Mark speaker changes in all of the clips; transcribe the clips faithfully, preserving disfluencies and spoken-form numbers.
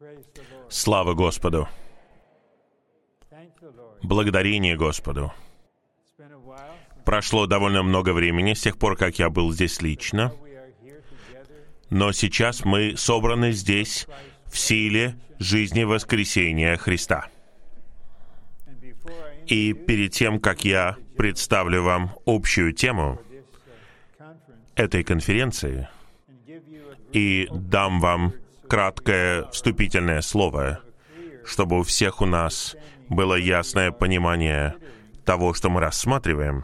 Speaker 1: Слава Господу! Благодарение Господу! Прошло довольно много времени с тех пор, как я был здесь лично, но сейчас мы собраны здесь в силе жизни воскресения Христа. И перед тем, как я представлю вам общую тему этой конференции и дам вам краткое вступительное слово, чтобы у всех у нас было ясное понимание того, что мы рассматриваем,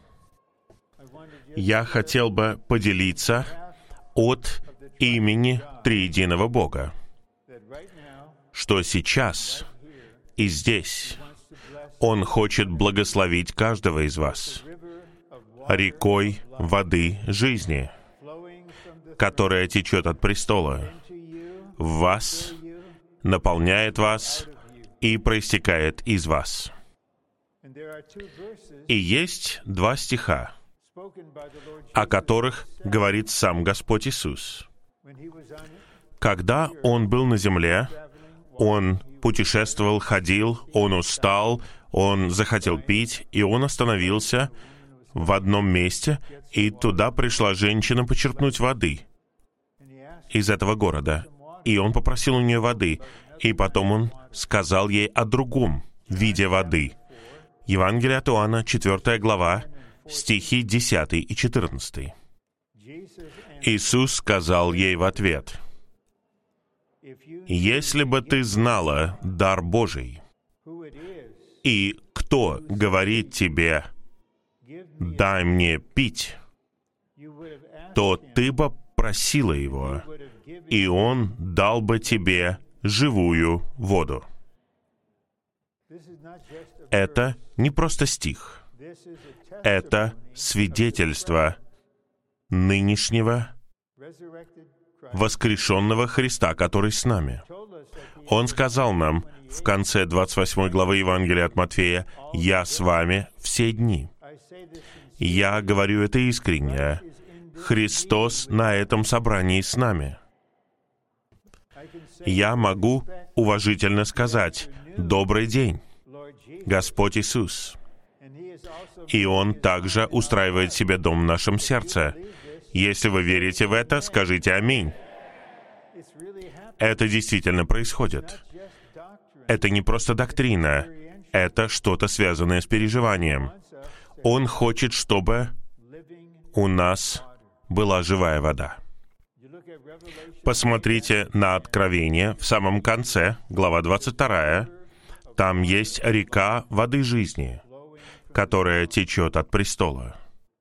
Speaker 1: я хотел бы поделиться от имени Триединого Бога, что сейчас и здесь Он хочет благословить каждого из вас рекой воды жизни, которая течет от престола, в вас, наполняет вас и проистекает из вас. И есть два стиха, о которых говорит сам Господь Иисус. Когда Он был на земле, Он путешествовал, ходил, Он устал, Он захотел пить, и Он остановился в одном месте, и туда пришла женщина почерпнуть воды из этого города. И Он попросил у нее воды, и потом Он сказал ей о другом виде воды. Евангелие от Иоанна, четвёртая глава, стихи десятый и четырнадцатый. Иисус сказал ей в ответ: «Если бы ты знала дар Божий, и кто говорит тебе: дай мне пить, то ты бы просила его, и он дал бы тебе живую воду». Это не просто стих. Это свидетельство нынешнего воскрешенного Христа, который с нами. Он сказал нам в конце двадцать восьмой главы Евангелия от Матфея: «Я с вами все дни». Я говорю это искренне. Христос на этом собрании с нами. Я могу уважительно сказать: «Добрый день, Господь Иисус». И Он также устраивает себе дом в нашем сердце. Если вы верите в это, скажите «Аминь». Это действительно происходит. Это не просто доктрина. Это что-то связанное с переживанием. Он хочет, чтобы у нас была живая вода. Посмотрите на Откровение в самом конце, глава двадцать вторая. Там есть река воды жизни, которая течет от престола.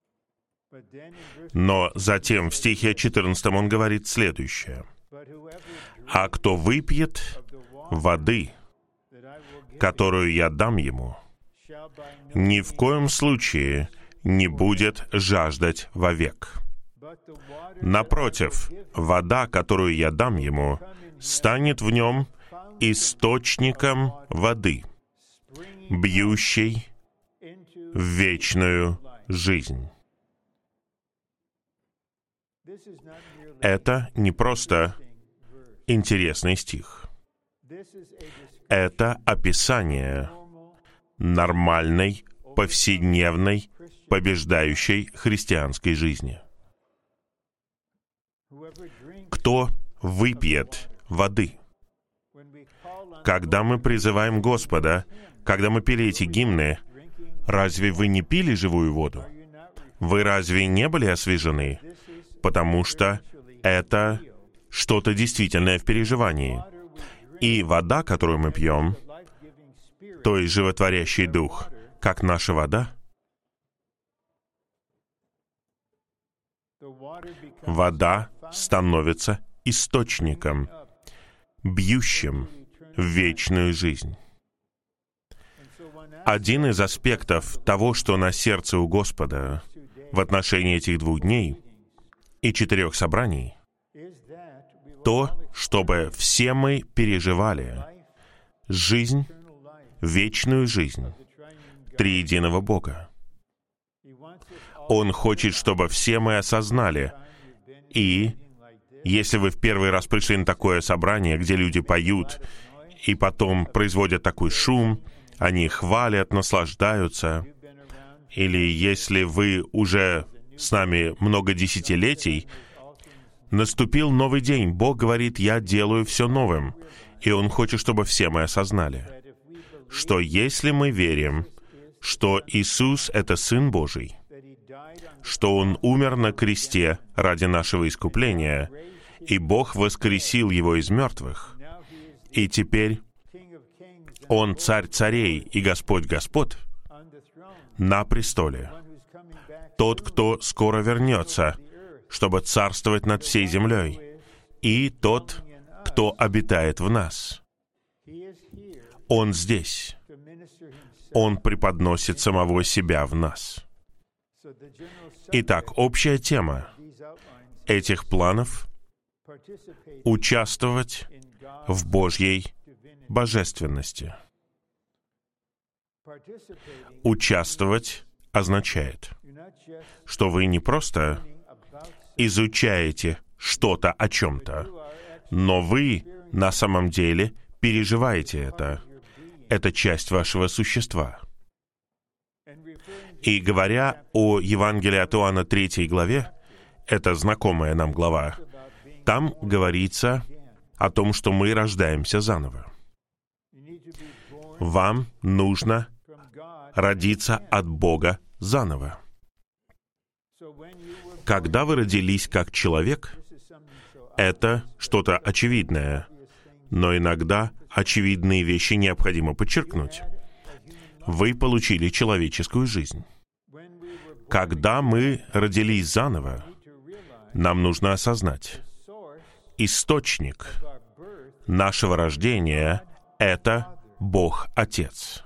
Speaker 1: Но затем в стихе четырнадцатом он говорит следующее: «А кто выпьет воды, которую я дам ему, ни в коем случае не будет жаждать вовек. Напротив, вода, которую я дам ему, станет в нем источником воды, бьющей в вечную жизнь». Это не просто интересный стих. Это описание нормальной, повседневной, побеждающей христианской жизни. Кто выпьет воды? Когда мы призываем Господа, когда мы пели эти гимны, разве вы не пили живую воду? Вы разве не были освежены? Потому что это что-то действительное в переживании. И вода, которую мы пьем, то есть животворящий дух, как наша вода, вода становится источником, бьющим в вечную жизнь. Один из аспектов того, что на сердце у Господа в отношении этих двух дней и четырех собраний, то, чтобы все мы переживали жизнь, вечную жизнь Триединого Бога. Он хочет, чтобы все мы осознали и Если вы в первый раз пришли на такое собрание, где люди поют, и потом производят такой шум, они хвалят, наслаждаются, или если вы уже с нами много десятилетий, наступил новый день. Бог говорит, «Я делаю все новым». И Он хочет, чтобы все мы осознали, что если мы верим, что Иисус — это Сын Божий, что Он умер на кресте ради нашего искупления, и Бог воскресил Его из мертвых, и теперь Он Царь царей и Господь господ на престоле, тот, кто скоро вернется, чтобы царствовать над всей землей, и тот, кто обитает в нас. Он здесь. Он преподносит самого себя в нас. Итак, общая тема этих планов — участвовать в Божьей божественности. Участвовать означает, что вы не просто изучаете что-то о чем-то, но вы на самом деле переживаете это. Это часть вашего существа. И говоря о Евангелии от Иоанна третьей главе, это знакомая нам глава, там говорится о том, что мы рождаемся заново. Вам нужно родиться от Бога заново. Когда вы родились как человек, это что-то очевидное, но иногда очевидные вещи необходимо подчеркнуть. Вы получили человеческую жизнь. Когда мы родились заново, нам нужно осознать, источник нашего рождения — это Бог Отец.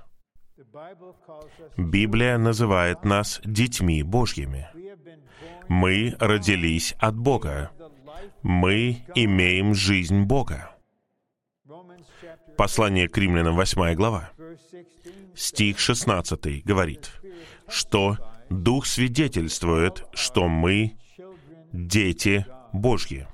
Speaker 1: Библия называет нас детьми Божьими. Мы родились от Бога. Мы имеем жизнь Бога. Послание к Римлянам, восьмая глава, стих шестнадцатый говорит, что Дух свидетельствует, что мы дети Божьи.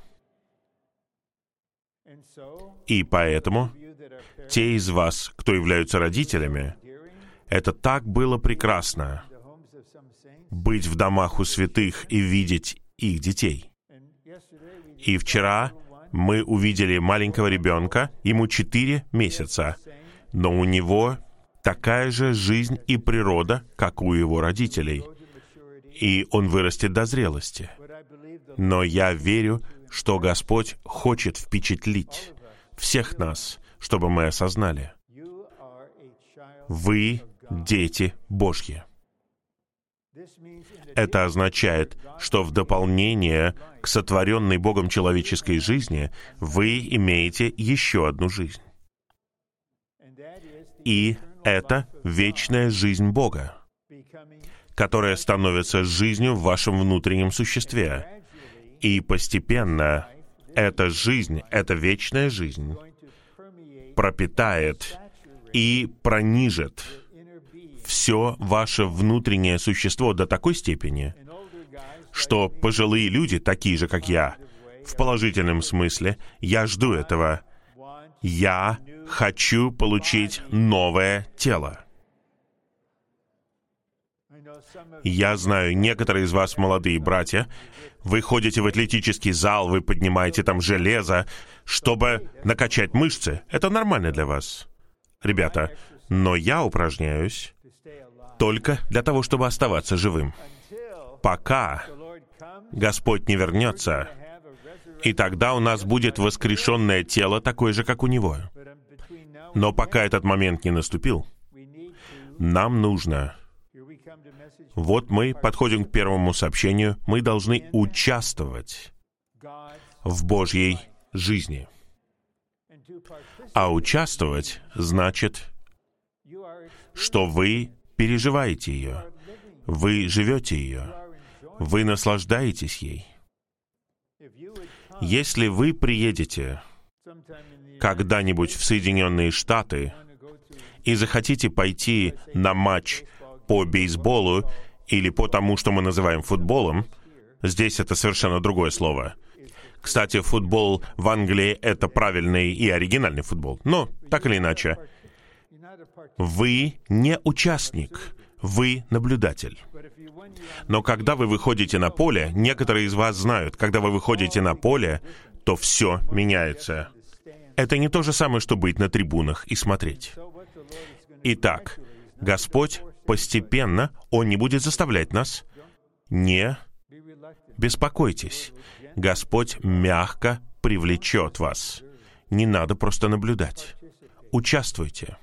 Speaker 1: И поэтому те из вас, кто являются родителями, это так было прекрасно быть в домах у святых и видеть их детей. И вчера мы увидели маленького ребенка, ему четыре месяца, но у него такая же жизнь и природа, как у его родителей. И он вырастет до зрелости. Но я верю, что Господь хочет впечатлить всех нас, чтобы мы осознали. Вы дети Божьи. Это означает, что в дополнение к сотворенной Богом человеческой жизни вы имеете еще одну жизнь. И это вечная жизнь Бога, которая становится жизнью в вашем внутреннем существе. И постепенно эта жизнь, эта вечная жизнь пропитает и пронижит все ваше внутреннее существо до такой степени, что пожилые люди, такие же, как я, в положительном смысле, я жду этого. Я хочу получить новое тело. Я знаю, некоторые из вас, молодые братья, вы ходите в атлетический зал, вы поднимаете там железо, чтобы накачать мышцы. Это нормально для вас, ребята. Но я упражняюсь только для того, чтобы оставаться живым. Пока Господь не вернется, и тогда у нас будет воскрешенное тело, такое же, как у Него. Но пока этот момент не наступил, нам нужно... Вот мы подходим к первому сообщению. Мы должны участвовать в Божьей жизни. А участвовать значит, что вы переживаете ее, вы живете ее, вы наслаждаетесь ей. Если вы приедете когда-нибудь в Соединенные Штаты и захотите пойти на матч по бейсболу или по тому, что мы называем футболом, здесь это совершенно другое слово. Кстати, футбол в Англии — это правильный и оригинальный футбол. Но, так или иначе, вы не участник, вы наблюдатель. Но когда вы выходите на поле, некоторые из вас знают, когда вы выходите на поле, то все меняется. Это не то же самое, что быть на трибунах и смотреть. Итак, Господь постепенно, Он не будет заставлять нас. Не беспокойтесь. Господь мягко привлечет вас. Не надо просто наблюдать. Участвуйте.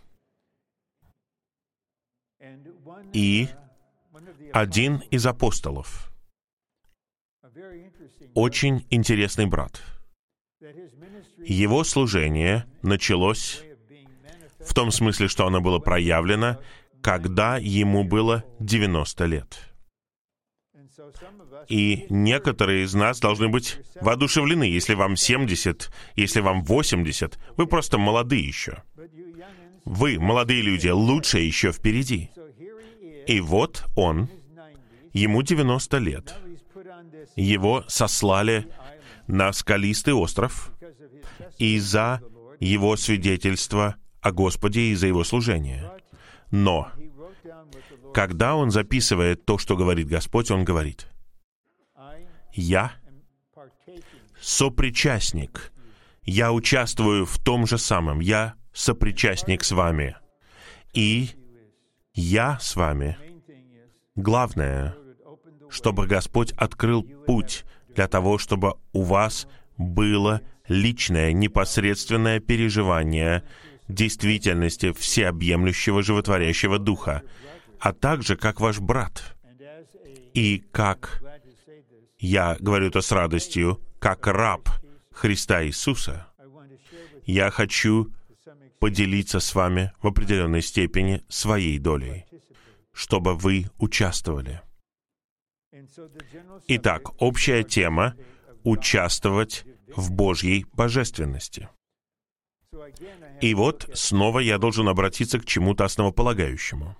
Speaker 1: И один из апостолов, очень интересный брат, его служение началось в том смысле, что оно было проявлено, когда ему было девяносто лет. И некоторые из нас должны быть воодушевлены, если вам семьдесят, если вам восемьдесят, вы просто молодые еще. Вы, молодые люди, лучшее еще впереди. И вот он, ему девяносто лет. Его сослали на скалистый остров из-за его свидетельства о Господе и из-за его служения. Но, когда он записывает то, что говорит Господь, он говорит: «Я сопричастник, я участвую в том же самом, я сопричастник с вами, и я с вами». Главное, чтобы Господь открыл путь для того, чтобы у вас было личное, непосредственное переживание действительности всеобъемлющего животворящего Духа, а также как ваш брат. И как, я говорю это с радостью, как раб Христа Иисуса, я хочу поделиться с вами в определенной степени своей долей, чтобы вы участвовали. Итак, общая тема — участвовать в Божьей божественности. И вот снова я должен обратиться к чему-то основополагающему.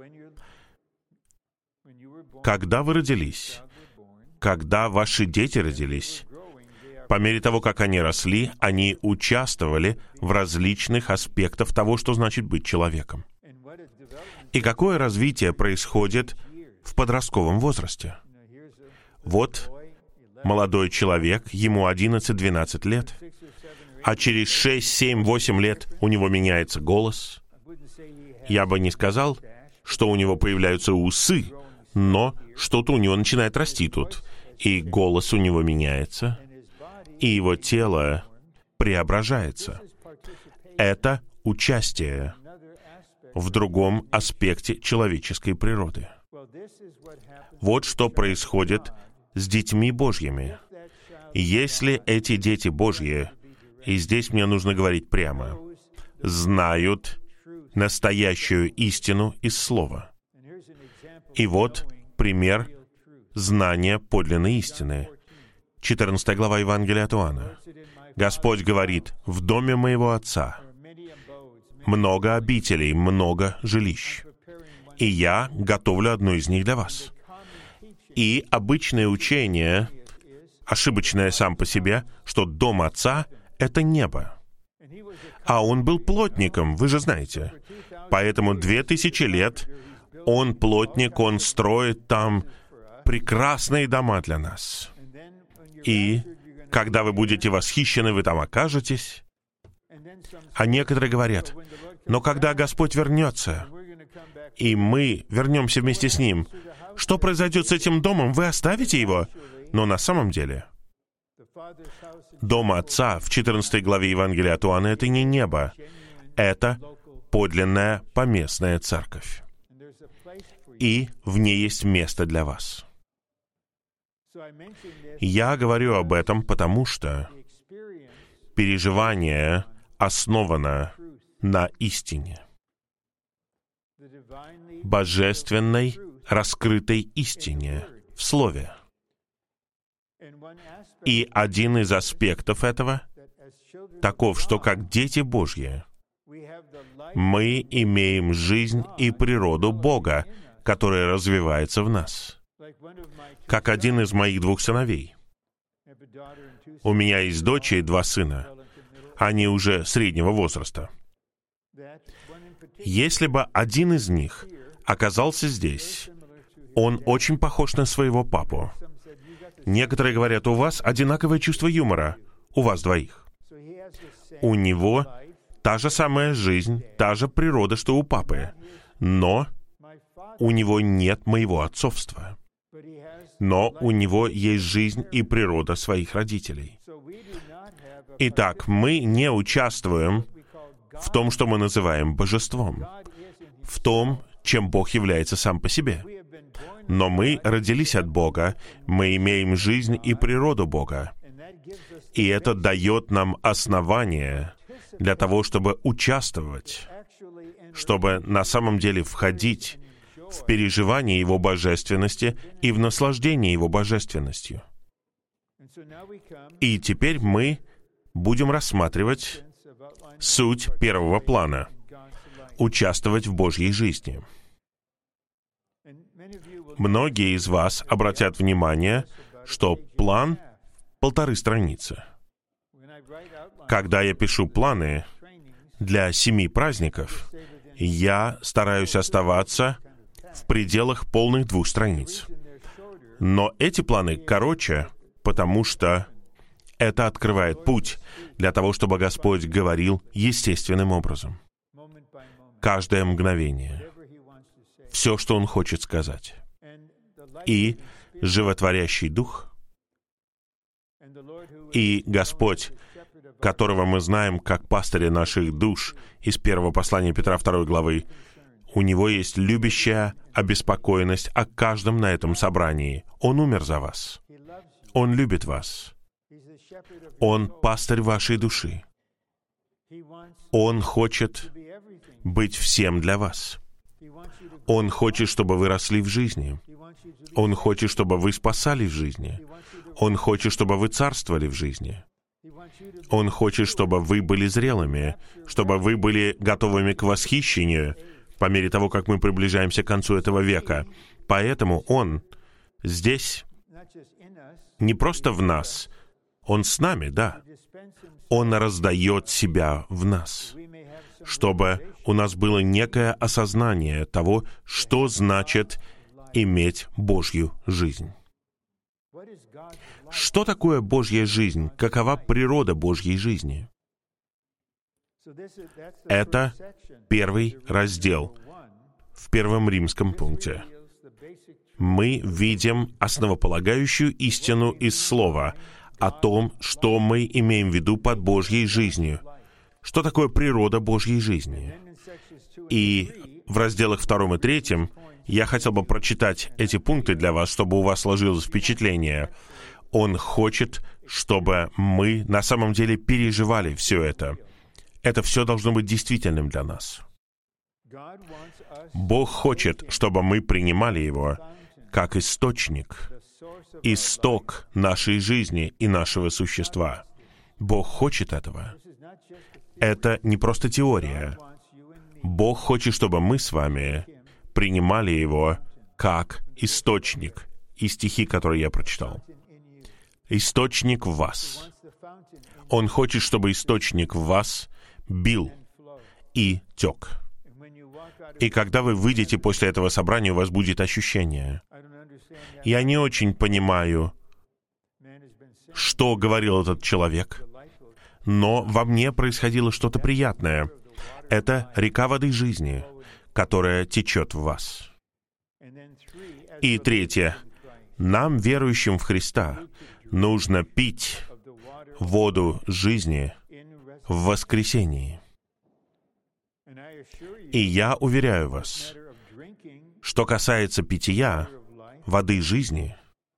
Speaker 1: Когда вы родились, когда ваши дети родились, по мере того, как они росли, они участвовали в различных аспектах того, что значит быть человеком. И какое развитие происходит в подростковом возрасте? Вот молодой человек, ему одиннадцать-двенадцать лет, а через шесть, семь, восемь лет у него меняется голос. Я бы не сказал, что у него появляются усы, но что-то у него начинает расти тут, и голос у него меняется, и его тело преображается. Это участие в другом аспекте человеческой природы. Вот что происходит с детьми Божьими. Если эти дети Божьи, и здесь мне нужно говорить прямо, знают настоящую истину из Слова. И вот пример знания подлинной истины. четырнадцатая глава Евангелия от Иоанна. Господь говорит: «В доме моего Отца много обителей, много жилищ, и я готовлю одну из них для вас». И обычное учение, ошибочное сам по себе, что дом Отца — это небо. А он был плотником, вы же знаете. Поэтому две тысячи лет он плотник, он строит там прекрасные дома для нас. И когда вы будете восхищены, вы там окажетесь. А некоторые говорят: но когда Господь вернется, и мы вернемся вместе с Ним, что произойдет с этим домом? Вы оставите его? Но на самом деле дом Отца в четырнадцатой главе Евангелия от Иоанна — это не небо. Это подлинная поместная церковь. И в ней есть место для вас. Я говорю об этом, потому что переживание основано на истине. Божественной, раскрытой истине в Слове. И один из аспектов этого таков, что как дети Божьи мы имеем жизнь и природу Бога, которая развивается в нас. Как один из моих двух сыновей. У меня есть дочь и два сына. Они уже среднего возраста. Если бы один из них оказался здесь, он очень похож на своего папу. Некоторые говорят, у вас одинаковое чувство юмора, у вас двоих. У него та же самая жизнь, та же природа, что у папы. Но у него нет моего отцовства. Но у него есть жизнь и природа своих родителей. Итак, мы не участвуем в том, что мы называем божеством, в том, чем Бог является сам по себе. Но мы родились от Бога, мы имеем жизнь и природу Бога. И это дает нам основание для того, чтобы участвовать, чтобы на самом деле входить в переживание Его божественности и в наслаждение Его божественностью. И теперь мы будем рассматривать суть первого плана — участвовать в Божьей жизни. Многие из вас обратят внимание, что план — полторы страницы. Когда я пишу планы для семи праздников, я стараюсь оставаться в пределах полных двух страниц. Но эти планы короче, потому что это открывает путь для того, чтобы Господь говорил естественным образом. Каждое мгновение. Все, что Он хочет сказать. И животворящий Дух, и Господь, которого мы знаем как пастыря наших душ из первого послания Петра второй главы, у Него есть любящая обеспокоенность о каждом на этом собрании. Он умер за вас. Он любит вас. Он пастырь вашей души. Он хочет быть всем для вас. Он хочет, чтобы вы росли в жизни. Он хочет, чтобы вы спасали в жизни. Он хочет, чтобы вы царствовали в жизни. Он хочет, чтобы вы были зрелыми, чтобы вы были готовыми к восхищению по мере того, как мы приближаемся к концу этого века. Поэтому Он здесь не просто в нас, Он с нами, да. Он раздает Себя в нас, чтобы у нас было некое осознание того, что значит иметь Божью жизнь. Что такое Божья жизнь? Какова природа Божьей жизни? Это первый раздел в первом римском пункте. Мы видим основополагающую истину из Слова о том, что мы имеем в виду под Божьей жизнью. Что такое природа Божьей жизни? И в разделах втором и третьем я хотел бы прочитать эти пункты для вас, чтобы у вас сложилось впечатление. Он хочет, чтобы мы на самом деле переживали все это. Это все должно быть действительным для нас. Бог хочет, чтобы мы принимали Его как источник, исток нашей жизни и нашего существа. Бог хочет этого. Это не просто теория. Бог хочет, чтобы мы с вами принимали Его как источник. И стихи, которые я прочитал. Источник в вас. Он хочет, чтобы источник в вас бил и тек. И когда вы выйдете после этого собрания, у вас будет ощущение. Я не очень понимаю, что говорил этот человек, но во мне происходило что-то приятное. Это река воды жизни, которая течет в вас. И третье. Нам, верующим в Христа, нужно пить воду жизни в воскресении. И я уверяю вас, что касается питья воды жизни,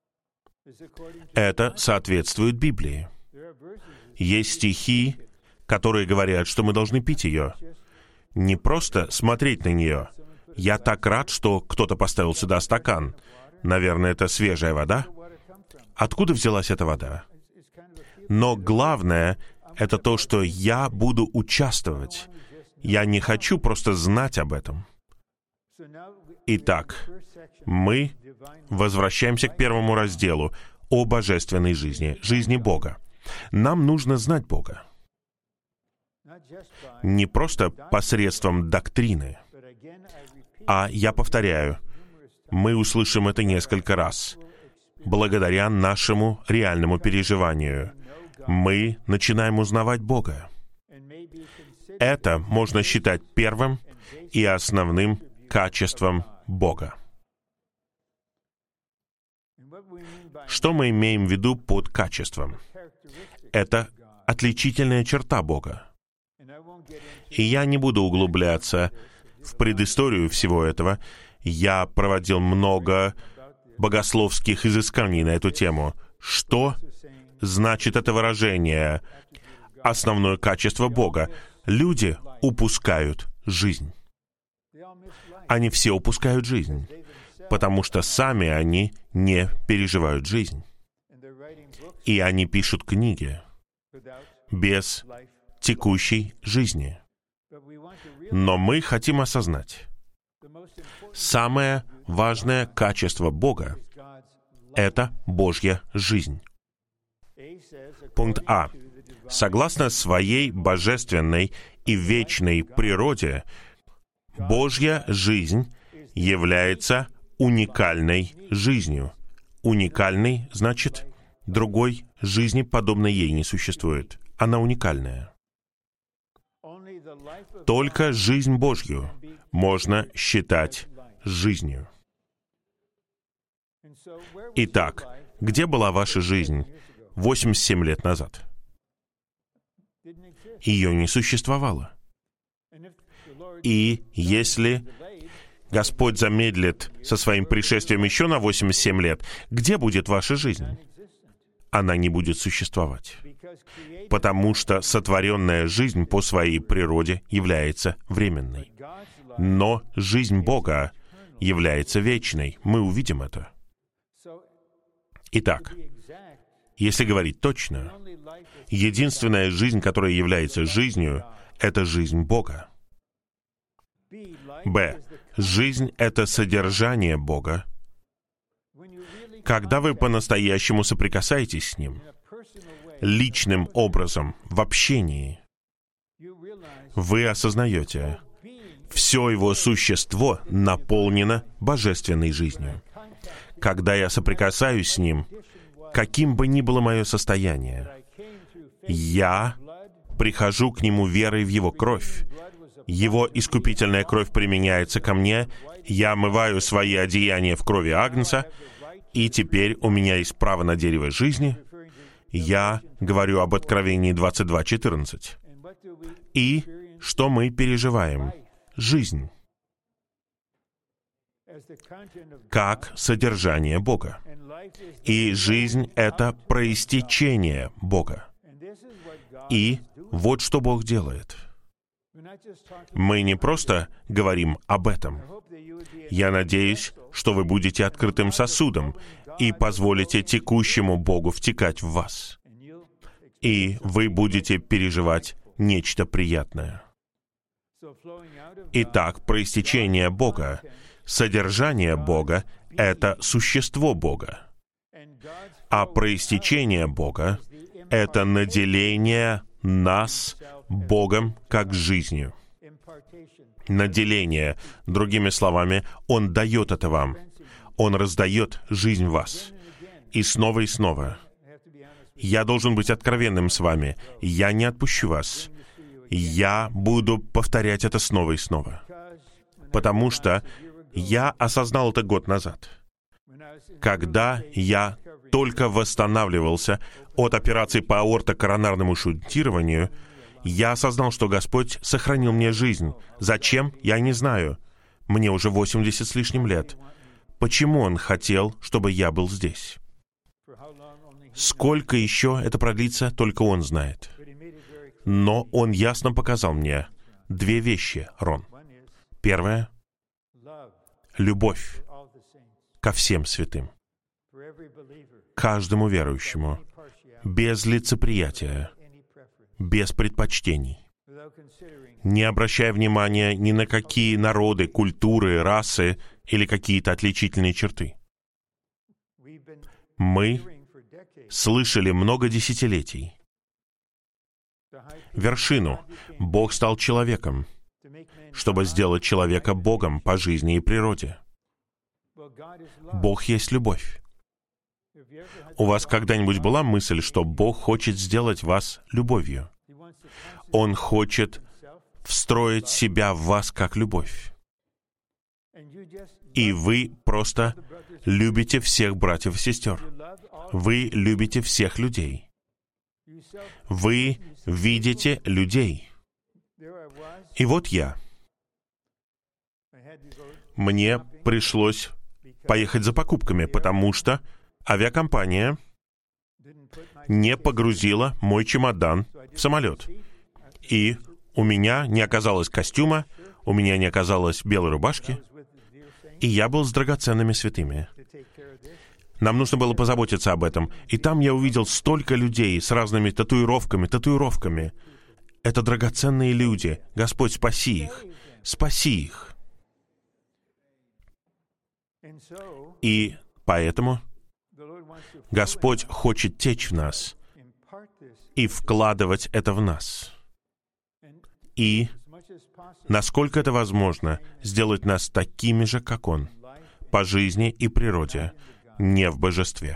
Speaker 1: это соответствует Библии. Есть стихи, которые говорят, что мы должны пить ее. Не просто смотреть на нее. Я так рад, что кто-то поставил сюда стакан. Наверное, это свежая вода. Откуда взялась эта вода? Но главное — это то, что я буду участвовать. Я не хочу просто знать об этом. Итак, мы возвращаемся к первому разделу о божественной жизни, жизни Бога. Нам нужно знать Бога. Не просто посредством доктрины. А я повторяю, мы услышим это несколько раз. Благодаря нашему реальному переживанию мы начинаем узнавать Бога. Это можно считать первым и основным качеством Бога. Что мы имеем в виду под качеством? Это отличительная черта Бога. И я не буду углубляться в предысторию всего этого. Я проводил много богословских изысканий на эту тему. Что значит это выражение «основное качество Бога»? Люди упускают жизнь. Они все упускают жизнь, потому что сами они не переживают жизнь. И они пишут книги без текущей жизни. Но мы хотим осознать, самое важное качество Бога — это Божья жизнь. Пункт А. Согласно своей божественной и вечной природе, Божья жизнь является уникальной жизнью. Уникальной значит, другой жизни, подобной ей, не существует. Она уникальная. Только жизнь Божью можно считать жизнью. Итак, где была ваша жизнь восемьдесят семь лет назад? Ее не существовало. И если Господь замедлит со своим пришествием еще на восемьдесят семь лет, где будет ваша жизнь? Она не будет существовать. Потому что сотворенная жизнь по своей природе является временной. Но жизнь Бога является вечной. Мы увидим это. Итак, если говорить точно, единственная жизнь, которая является жизнью, это жизнь Бога. Б. Жизнь — это содержание Бога. Когда вы по-настоящему соприкасаетесь с Ним, личным образом, в общении, вы осознаете, все Его существо наполнено божественной жизнью. Когда я соприкасаюсь с Ним, каким бы ни было мое состояние, я прихожу к Нему верой в Его кровь. Его искупительная кровь применяется ко мне, я омываю свои одеяния в крови Агнца, и теперь у меня есть право на дерево жизни. Я говорю об Откровении двадцать два четырнадцать. И что мы переживаем? Жизнь. Как содержание Бога. И жизнь — это проистечение Бога. И вот что Бог делает. Мы не просто говорим об этом. Я надеюсь, что вы будете открытым сосудом и позволите текущему Богу втекать в вас. И вы будете переживать нечто приятное. Итак, проистечение Бога, содержание Бога — это существо Бога. А проистечение Бога — это наделение нас Богом как жизнью. Наделение, другими словами, Он дает это вам. Он раздает жизнь в вас. И снова и снова. Я должен быть откровенным с вами. Я не отпущу вас. Я буду повторять это снова и снова. Потому что я осознал это год назад. Когда я только восстанавливался от операции по аортокоронарному шунтированию, я осознал, что Господь сохранил мне жизнь. Зачем? Я не знаю. Мне уже восемьдесят с лишним лет. Почему Он хотел, чтобы я был здесь? Сколько еще это продлится, только Он знает. Но Он ясно показал мне две вещи, Рон. Первое — любовь ко всем святым, каждому верующему, без лицеприятия, без предпочтений, не обращая внимания ни на какие народы, культуры, расы или какие-то отличительные черты. Мы слышали много десятилетий. Вершину. Бог стал человеком, чтобы сделать человека Богом по жизни и природе. Бог есть любовь. У вас когда-нибудь была мысль, что Бог хочет сделать вас любовью? Он хочет встроить себя в вас как любовь. И вы просто любите всех братьев и сестер. Вы любите всех людей. Вы видите людей. И вот я. Мне пришлось поехать за покупками, потому что авиакомпания не погрузила мой чемодан в самолет. И у меня не оказалось костюма, у меня не оказалось белой рубашки, и я был с драгоценными святыми. Нам нужно было позаботиться об этом. И там я увидел столько людей с разными татуировками, татуировками. Это драгоценные люди. Господь, спаси их. Спаси их. И поэтому Господь хочет течь в нас и вкладывать это в нас. И, насколько это возможно, сделать нас такими же, как Он, по жизни и природе, не в божестве.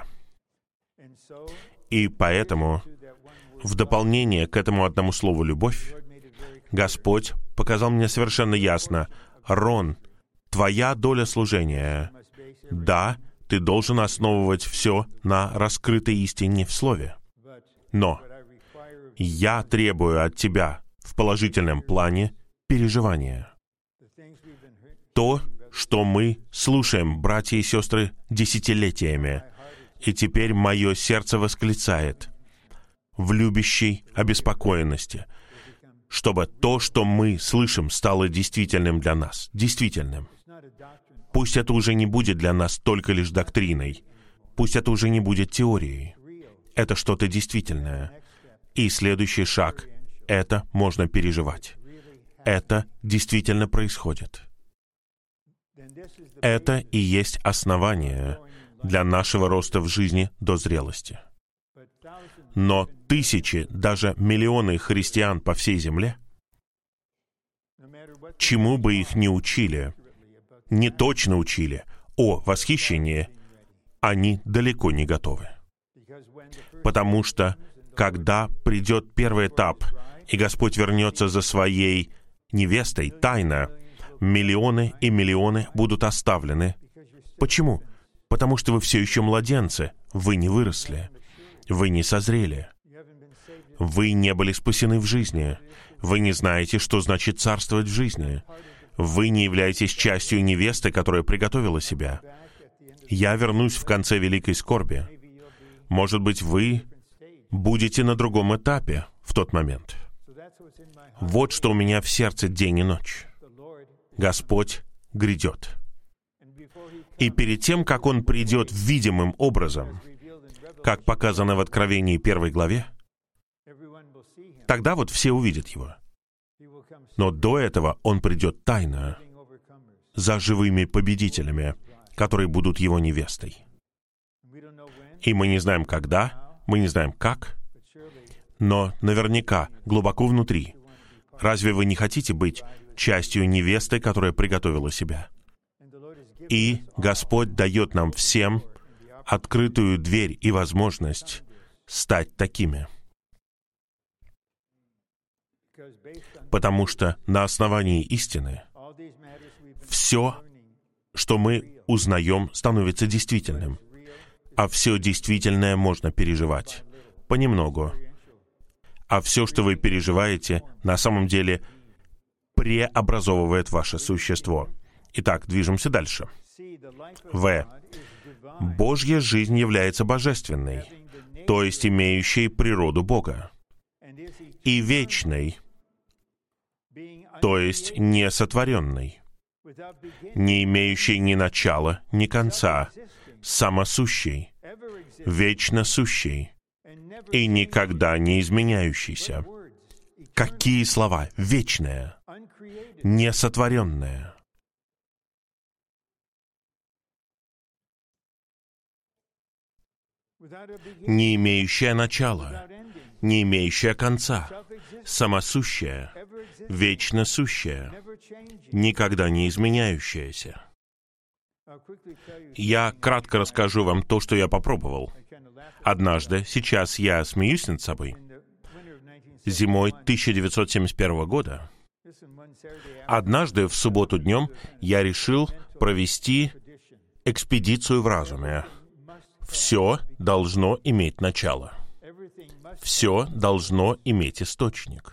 Speaker 1: И поэтому, в дополнение к этому одному слову «любовь», Господь показал мне совершенно ясно: «Рон, твоя доля служения, да, ты должен основывать все на раскрытой истине в Слове. Но я требую от тебя в положительном плане переживания. То, что мы слушаем, братья и сестры, десятилетиями, и теперь мое сердце восклицает в любящей обеспокоенности, чтобы то, что мы слышим, стало действительным для нас, действительным. Пусть это уже не будет для нас только лишь доктриной, пусть это уже не будет теорией. Это что-то действительное. И следующий шаг — это можно переживать. Это действительно происходит. Это и есть основание для нашего роста в жизни до зрелости. Но тысячи, даже миллионы христиан по всей земле, чему бы их ни учили, не точно учили о восхищении, они далеко не готовы. Потому что, когда придет первый этап, и Господь вернется за своей невестой, тайно, миллионы и миллионы будут оставлены. Почему? Потому что вы все еще младенцы, вы не выросли, вы не созрели, вы не были спасены в жизни, вы не знаете, что значит царствовать в жизни, вы не являетесь частью невесты, которая приготовила себя. Я вернусь в конце великой скорби. Может быть, вы будете на другом этапе в тот момент. Вот что у меня в сердце день и ночь. Господь грядет. И перед тем, как Он придет видимым образом, как показано в Откровении первой главе, тогда вот все увидят Его. Но до этого Он придет тайно, за живыми победителями, которые будут Его невестой. И мы не знаем, когда, мы не знаем, как, но наверняка, глубоко внутри, разве вы не хотите быть частью невесты, которая приготовила себя? И Господь дает нам всем открытую дверь и возможность стать такими. Потому что на основании истины все, что мы узнаем, становится действительным. А все действительное можно переживать понемногу. А все, что вы переживаете, на самом деле преобразовывает ваше существо. Итак, движемся дальше. В. Божья жизнь является божественной, то есть имеющей природу Бога, и вечной, то есть несотворенной, не имеющей ни начала, ни конца, самосущей, вечно сущей и никогда не изменяющейся. Какие слова? Вечная, несотворенная. не имеющая начала, не имеющая конца, самосущая, вечно сущая, никогда не изменяющаяся. Я кратко расскажу вам то, что я попробовал. Однажды, сейчас я смеюсь над собой, зимой тысяча девятьсот семьдесят первого года, однажды в субботу днем я решил провести экспедицию в разуме. Все должно иметь начало. Все должно иметь источник.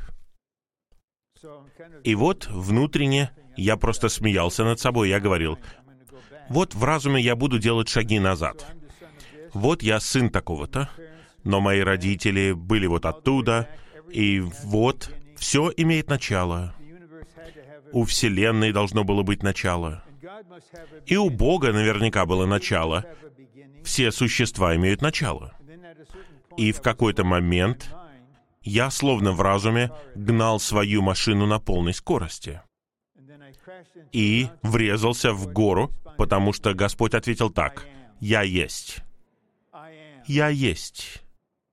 Speaker 1: И вот внутренне я просто смеялся над собой. Я говорил, вот в разуме я буду делать шаги назад. Вот я сын такого-то, но мои родители были вот оттуда, и вот все имеет начало. У Вселенной должно было быть начало. И у Бога наверняка было начало. Все существа имеют начало. И в какой-то момент я, словно в разуме, гнал свою машину на полной скорости. И врезался в гору, потому что Господь ответил так: «Я есть. Я есть».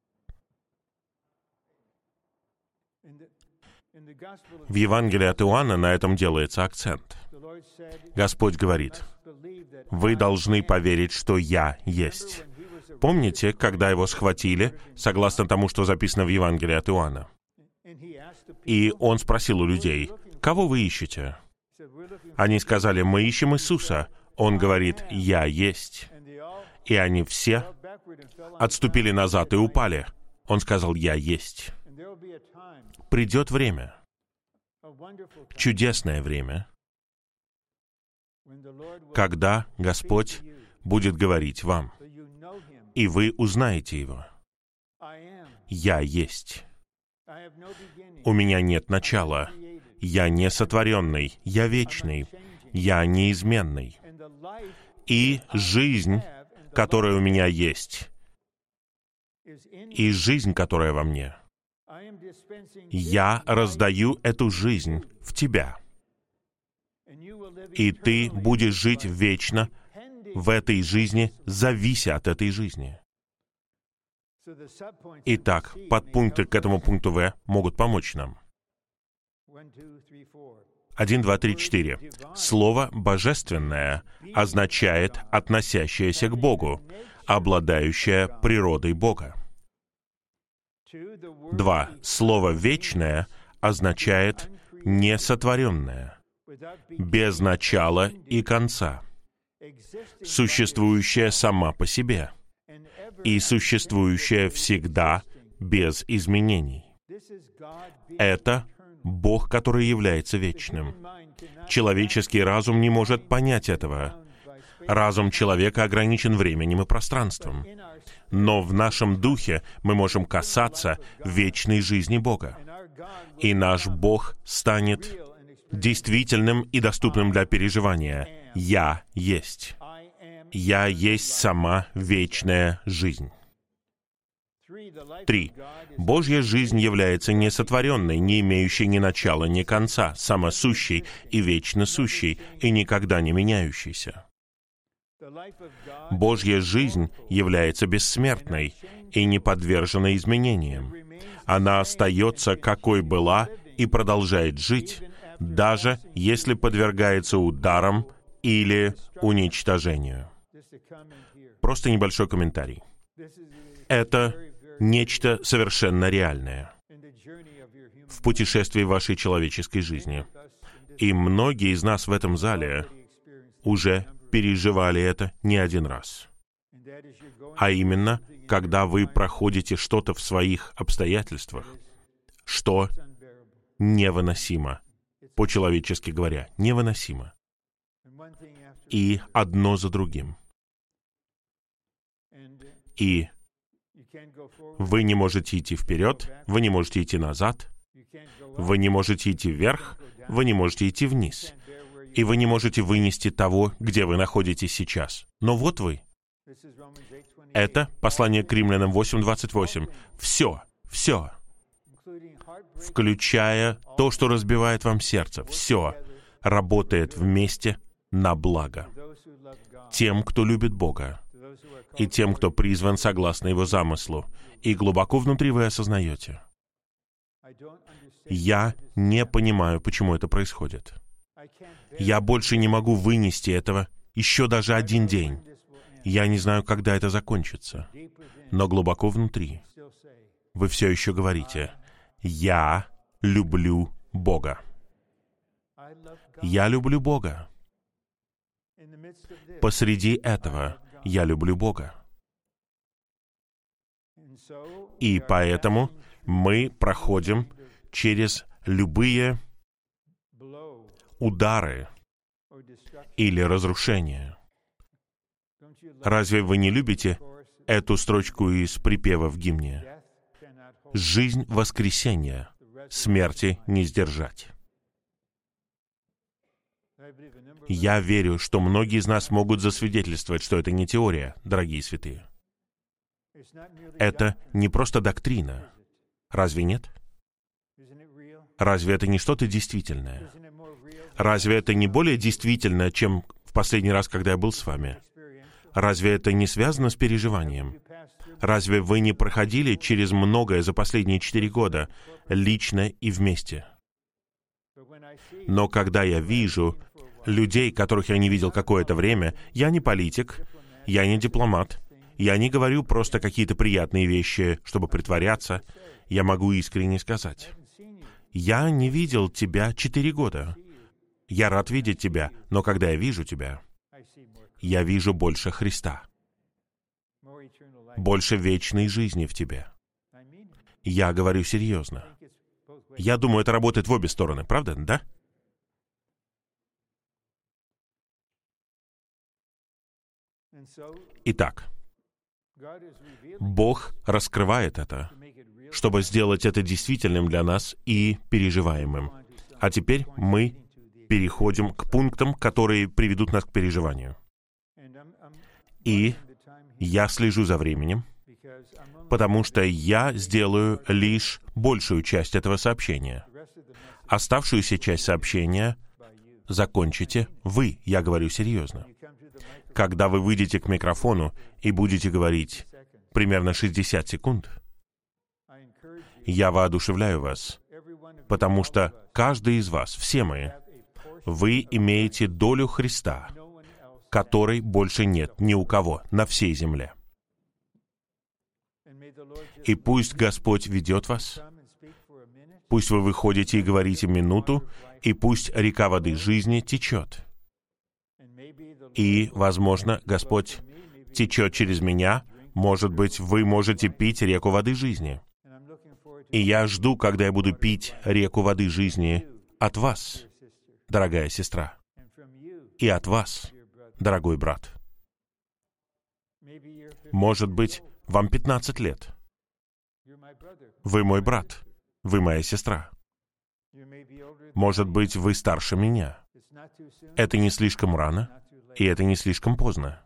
Speaker 1: В Евангелии от Иоанна на этом делается акцент. Господь говорит, вы должны поверить, что «Я есть». Помните, когда его схватили, согласно тому, что записано в Евангелии от Иоанна? И он спросил у людей, кого вы ищете? Они сказали, мы ищем Иисуса. Он говорит, «Я есть». И они все отступили назад и упали. Он сказал, «Я есть». Придет время, чудесное время, когда Господь будет говорить вам, и вы узнаете Его. «Я есть». У меня нет начала. Я не сотворенный. Я вечный. Я неизменный. И жизнь, которая у меня есть, и жизнь, которая во мне, я раздаю эту жизнь в тебя. И ты будешь жить вечно в этой жизни, завися от этой жизни. Итак, подпункты к этому пункту В могут помочь нам. Один, два, три, четыре. Слово «божественное» означает «относящееся к Богу», обладающее природой Бога. Два. Слово «вечное» означает «несотворенное», без начала и конца, существующая сама по себе и существующая всегда без изменений. Это Бог, который является вечным. Человеческий разум не может понять этого. Разум человека ограничен временем и пространством. Но в нашем духе мы можем касаться вечной жизни Бога. И наш Бог станет действительным и доступным для переживания. «Я есть». «Я есть сама вечная жизнь». Три. Божья жизнь является несотворенной, не имеющей ни начала, ни конца, самосущей и вечно сущей, и никогда не меняющейся. Божья жизнь является бессмертной и не подвержена изменениям. Она остается, какой была, и продолжает жить, даже если подвергается ударам или уничтожению. Просто небольшой комментарий. Это нечто совершенно реальное в путешествии вашей человеческой жизни. И многие из нас в этом зале уже переживали это не один раз. А именно, когда вы проходите что-то в своих обстоятельствах, что невыносимо, по-человечески говоря, невыносимо. И одно за другим. И вы не можете идти вперед, вы не можете идти назад, вы не можете идти вверх, вы не можете идти вниз. И вы не можете вынести того, где вы находитесь сейчас. Но вот вы. Это послание к Римлянам восемь двадцать восемь. Все, все, включая то, что разбивает вам сердце, все работает вместе на благо тем, кто любит Бога, и тем, кто призван согласно Его замыслу. И глубоко внутри вы осознаете: я не понимаю, почему это происходит. Я больше не могу вынести этого еще даже один день. Я не знаю, когда это закончится. Но глубоко внутри вы все еще говорите: я люблю Бога. Я люблю Бога. Посреди этого я люблю Бога. И поэтому мы проходим через любые удары или разрушения. Разве вы не любите эту строчку из припева в гимне? «Жизнь воскресения, смерти не сдержать». Я верю, что многие из нас могут засвидетельствовать, что это не теория, дорогие святые. Это не просто доктрина. Разве нет? Разве это не что-то действительное? Разве это не более действительно, чем в последний раз, когда я был с вами? Разве это не связано с переживанием? Разве вы не проходили через многое за последние четыре года, лично и вместе? Но когда я вижу людей, которых я не видел какое-то время, я не политик, я не дипломат, я не говорю просто какие-то приятные вещи, чтобы притворяться, я могу искренне сказать: я не видел тебя четыре года. Я рад видеть тебя, но когда я вижу тебя, я вижу больше Христа, больше вечной жизни в тебе. Я говорю серьезно. Я думаю, это работает в обе стороны, правда, да? Итак, Бог раскрывает это, чтобы сделать это действительным для нас и переживаемым. А теперь мы переходим к пунктам, которые приведут нас к переживанию. И я слежу за временем, потому что я сделаю лишь большую часть этого сообщения. Оставшуюся часть сообщения закончите вы, я говорю серьезно. Когда вы выйдете к микрофону и будете говорить примерно шестьдесят секунд, я воодушевляю вас, потому что каждый из вас, все мы, вы имеете долю Христа, которой больше нет ни у кого на всей земле. И пусть Господь ведет вас, пусть вы выходите и говорите минуту, и пусть река воды жизни течет. И, возможно, Господь течет через меня, может быть, вы можете пить реку воды жизни. И я жду, когда я буду пить реку воды жизни от вас, дорогая сестра, и от вас, дорогой брат. Может быть, вам пятнадцать лет. Вы мой брат, вы моя сестра. Может быть, вы старше меня. Это не слишком рано, и это не слишком поздно.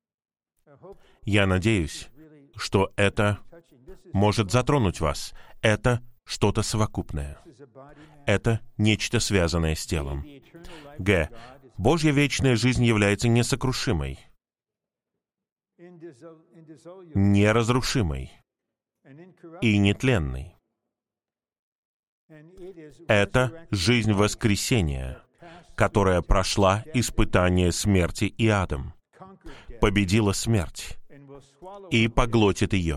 Speaker 1: Я надеюсь, что это может затронуть вас. Это что-то совокупное. Это нечто связанное с телом. Г. Божья вечная жизнь является несокрушимой, неразрушимой и нетленной. Это жизнь воскресения, которая прошла испытание смерти и адом, победила смерть и поглотит ее.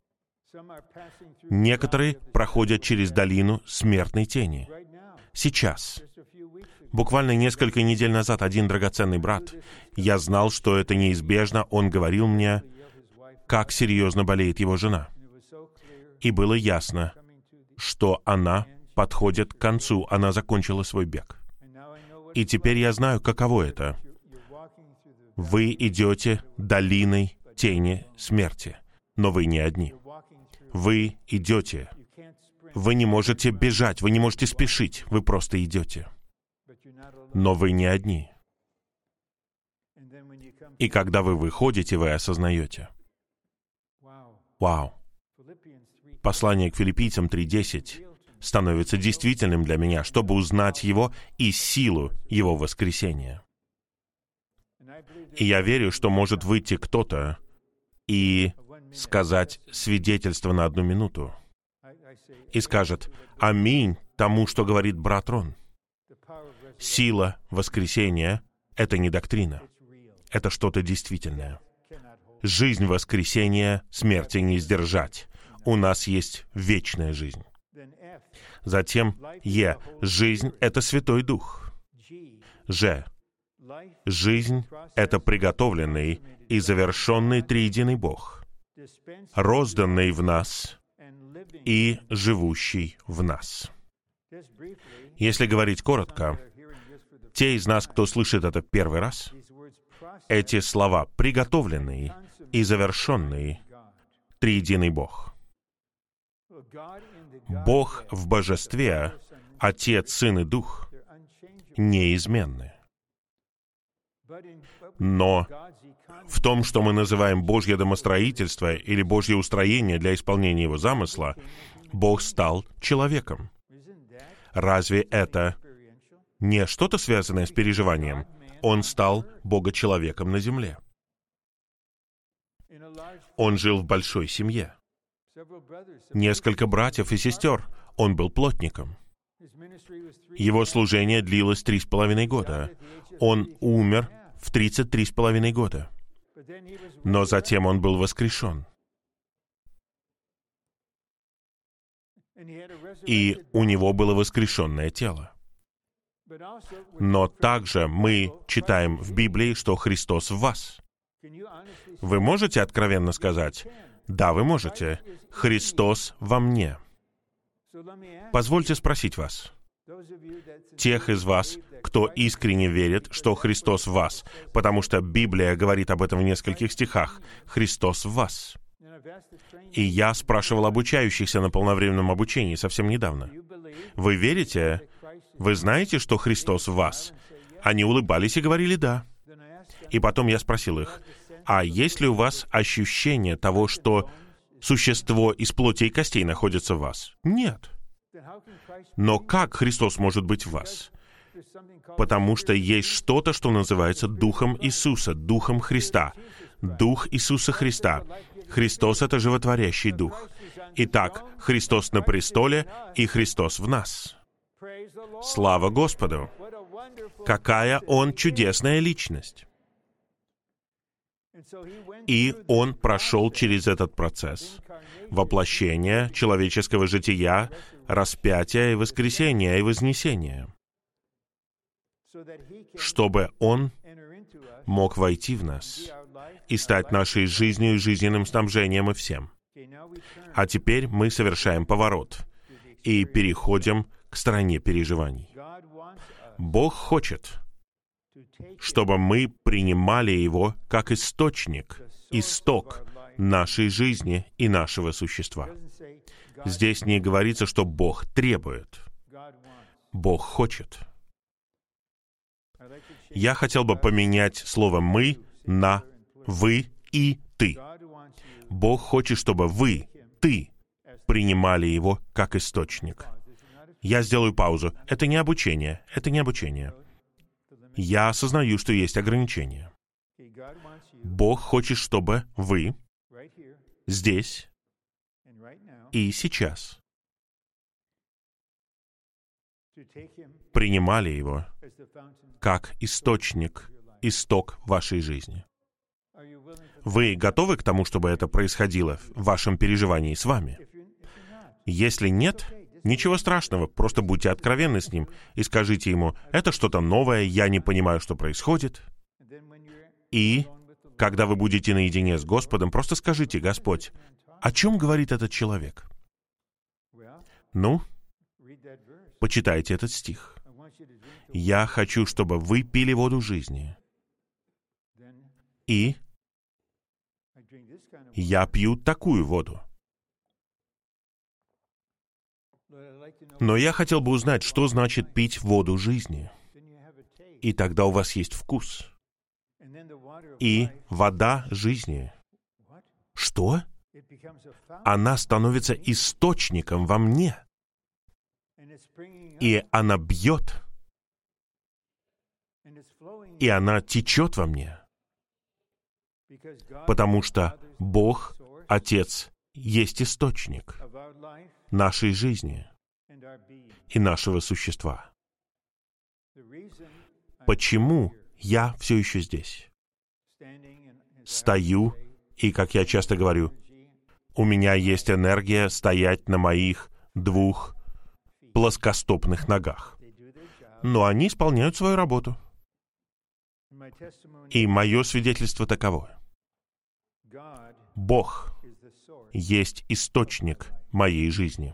Speaker 1: Некоторые проходят через долину смертной тени. Сейчас, буквально несколько недель назад, один драгоценный брат, я знал, что это неизбежно, он говорил мне, как серьезно болеет его жена. И было ясно, что она подходит к концу, она закончила свой бег. И теперь я знаю, каково это. Вы идете долиной тени смерти, но вы не одни. Вы идете. Вы не можете бежать, вы не можете спешить, вы просто идете. Но вы не одни. И когда вы выходите, вы осознаете. Вау. Послание к Филиппийцам три десять становится действительным для меня, чтобы узнать его и силу его воскресения. И я верю, что может выйти кто-то, и сказать свидетельство на одну минуту. И скажет: «Аминь» тому, что говорит брат Рон. Сила воскресения — это не доктрина. Это что-то действительное. Жизнь воскресения смерти не сдержать. У нас есть вечная жизнь. Затем Е. Жизнь — это Святой Дух. Ж. Жизнь — это приготовленный и завершенный триединый Бог, розданный в нас и живущий в нас. Если говорить коротко, те из нас, кто слышит это первый раз, эти слова «приготовленный» и «завершенный» триединый Бог. Бог в божестве, Отец, Сын и Дух неизменны. Но в том, что мы называем Божье домостроительство или Божье устроение для исполнения Его замысла, Бог стал человеком. Разве это не что-то связанное с переживанием? Он стал Бога-человеком на земле. Он жил в большой семье. Несколько братьев и сестер. Он был плотником. Его служение длилось три с половиной года. Он умер в тридцать три с половиной года. Но затем он был воскрешен. И у него было воскрешенное тело. Но также мы читаем в Библии, что Христос в вас. Вы можете откровенно сказать: «Да, вы можете. Христос во мне». Позвольте спросить вас, тех из вас, кто искренне верит, что Христос в вас, потому что Библия говорит об этом в нескольких стихах: «Христос в вас». И я спрашивал обучающихся на полновременном обучении совсем недавно: «Вы верите? Вы знаете, что Христос в вас?» Они улыбались и говорили «да». И потом я спросил их: «А есть ли у вас ощущение того, что существо из плоти и костей находится в вас?» «Нет». «Но как Христос может быть в вас?» Потому что есть что-то, что называется Духом Иисуса, Духом Христа. Дух Иисуса Христа. Христос — это животворящий Дух. Итак, Христос на престоле, и Христос в нас. Слава Господу! Какая Он чудесная личность! И Он прошел через этот процесс воплощения, человеческого жития, распятия и воскресения и вознесения, чтобы Он мог войти в нас и стать нашей жизнью и жизненным снабжением и всем. А теперь мы совершаем поворот и переходим к стране переживаний. Бог хочет, чтобы мы принимали Его как источник, исток нашей жизни и нашего существа. Здесь не говорится, что Бог требует. Бог хочет. Я хотел бы поменять слово «мы» на «вы» и «ты». Бог хочет, чтобы вы, ты, принимали Его как источник. Я сделаю паузу. Это не обучение. Это не обучение. Я осознаю, что есть ограничения. Бог хочет, чтобы вы здесь и сейчас принимали Его как источник, исток вашей жизни. Вы готовы к тому, чтобы это происходило в вашем переживании с вами? Если нет, ничего страшного, просто будьте откровенны с Ним и скажите Ему: «Это что-то новое, я не понимаю, что происходит». И, когда вы будете наедине с Господом, просто скажите: «Господь, о чем говорит этот человек?» Ну, почитайте этот стих. «Я хочу, чтобы вы пили воду жизни, и я пью такую воду». Но я хотел бы узнать, что значит пить воду жизни. И тогда у вас есть вкус. И вода жизни. Что? Она становится источником во мне. И она бьет. И она течет во мне. Потому что Бог, Отец, есть источник нашей жизни и нашего существа. Почему я все еще здесь? Стою, и, как я часто говорю, у меня есть энергия стоять на моих двух плоскостопных ногах. Но они исполняют свою работу. И мое свидетельство таково. Бог есть источник моей жизни.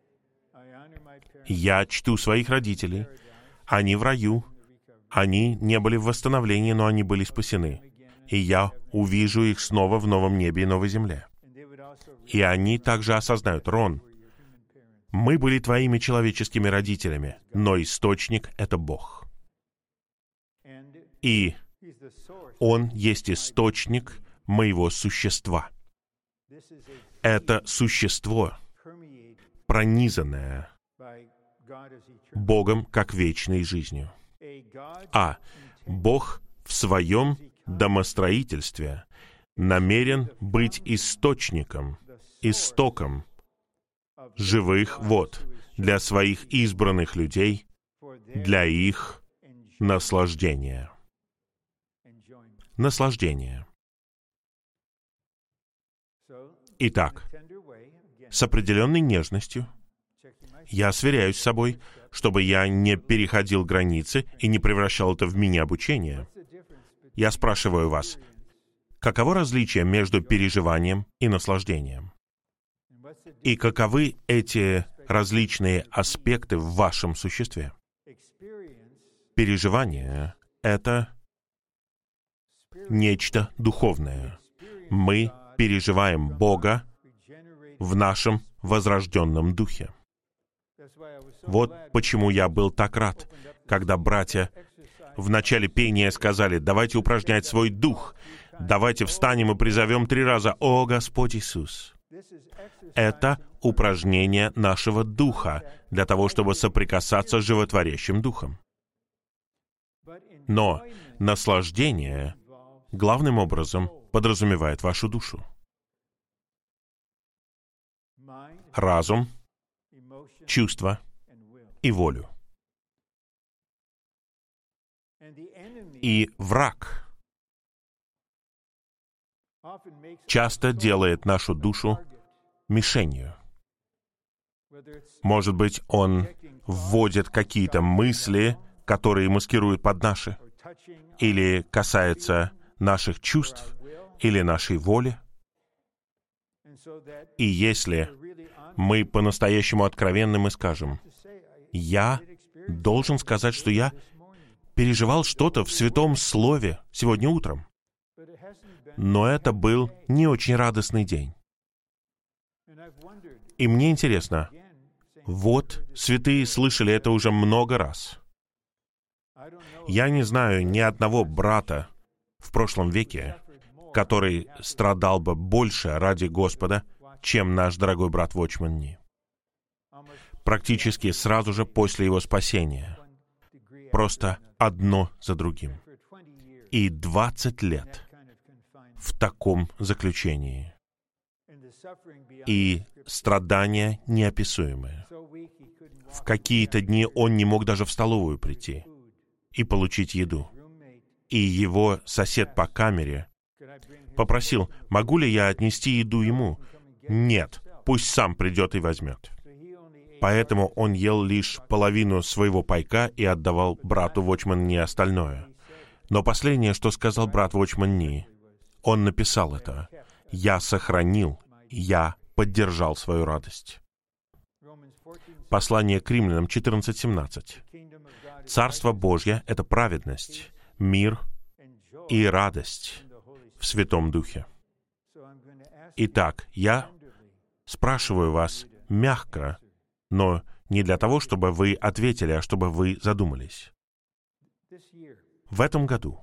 Speaker 1: Я чту своих родителей. Они в раю. Они не были в восстановлении, но они были спасены. И я увижу их снова в новом небе и новой земле. И они также осознают: Рон, мы были твоими человеческими родителями, но источник — это Бог. И Он есть источник моего существа. Это существо, пронизанное Богом как вечной жизнью. А Бог в своем домостроительстве намерен быть источником, истоком живых вод для своих избранных людей, для их наслаждения. Наслаждение. Итак, с определенной нежностью я сверяюсь с собой, чтобы я не переходил границы и не превращал это в мини-обучение. Я спрашиваю вас, каково различие между переживанием и наслаждением? И каковы эти различные аспекты в вашем существе? Переживание — это нечто духовное. Мы переживаем Бога в нашем возрожденном духе. Вот почему я был так рад, когда братья в начале пения сказали: давайте упражнять свой дух, давайте встанем и призовем три раза: «О Господь Иисус». Это упражнение нашего духа для того, чтобы соприкасаться с животворящим духом. Но наслаждение главным образом подразумевает вашу душу. Разум, чувства и волю. И враг часто делает нашу душу мишенью. Может быть, он вводит какие-то мысли, которые маскируют под наши, или касается наших чувств, или нашей воли. И если мы по-настоящему откровенны, мы скажем: я должен сказать, что я переживал что-то в Святом Слове сегодня утром. Но это был не очень радостный день. И мне интересно, вот святые слышали это уже много раз. Я не знаю ни одного брата в прошлом веке, который страдал бы больше ради Господа, чем наш дорогой брат Watchman Nee. Практически сразу же после его спасения. Просто одно за другим. И двадцать лет в таком заключении. И страдания неописуемые. В какие-то дни он не мог даже в столовую прийти и получить еду. И его сосед по камере попросил: могу ли я отнести еду ему? Нет, пусть сам придет и возьмет. Поэтому он ел лишь половину своего пайка и отдавал брату Watchman Nee остальное. Но последнее, что сказал брат Watchman Nee, он написал это: «Я сохранил, я поддержал свою радость». Послание к Римлянам четырнадцать семнадцать. Царство Божье — это праведность, мир и радость в Святом Духе. Итак, я спрашиваю вас мягко, но не для того, чтобы вы ответили, а чтобы вы задумались. В этом году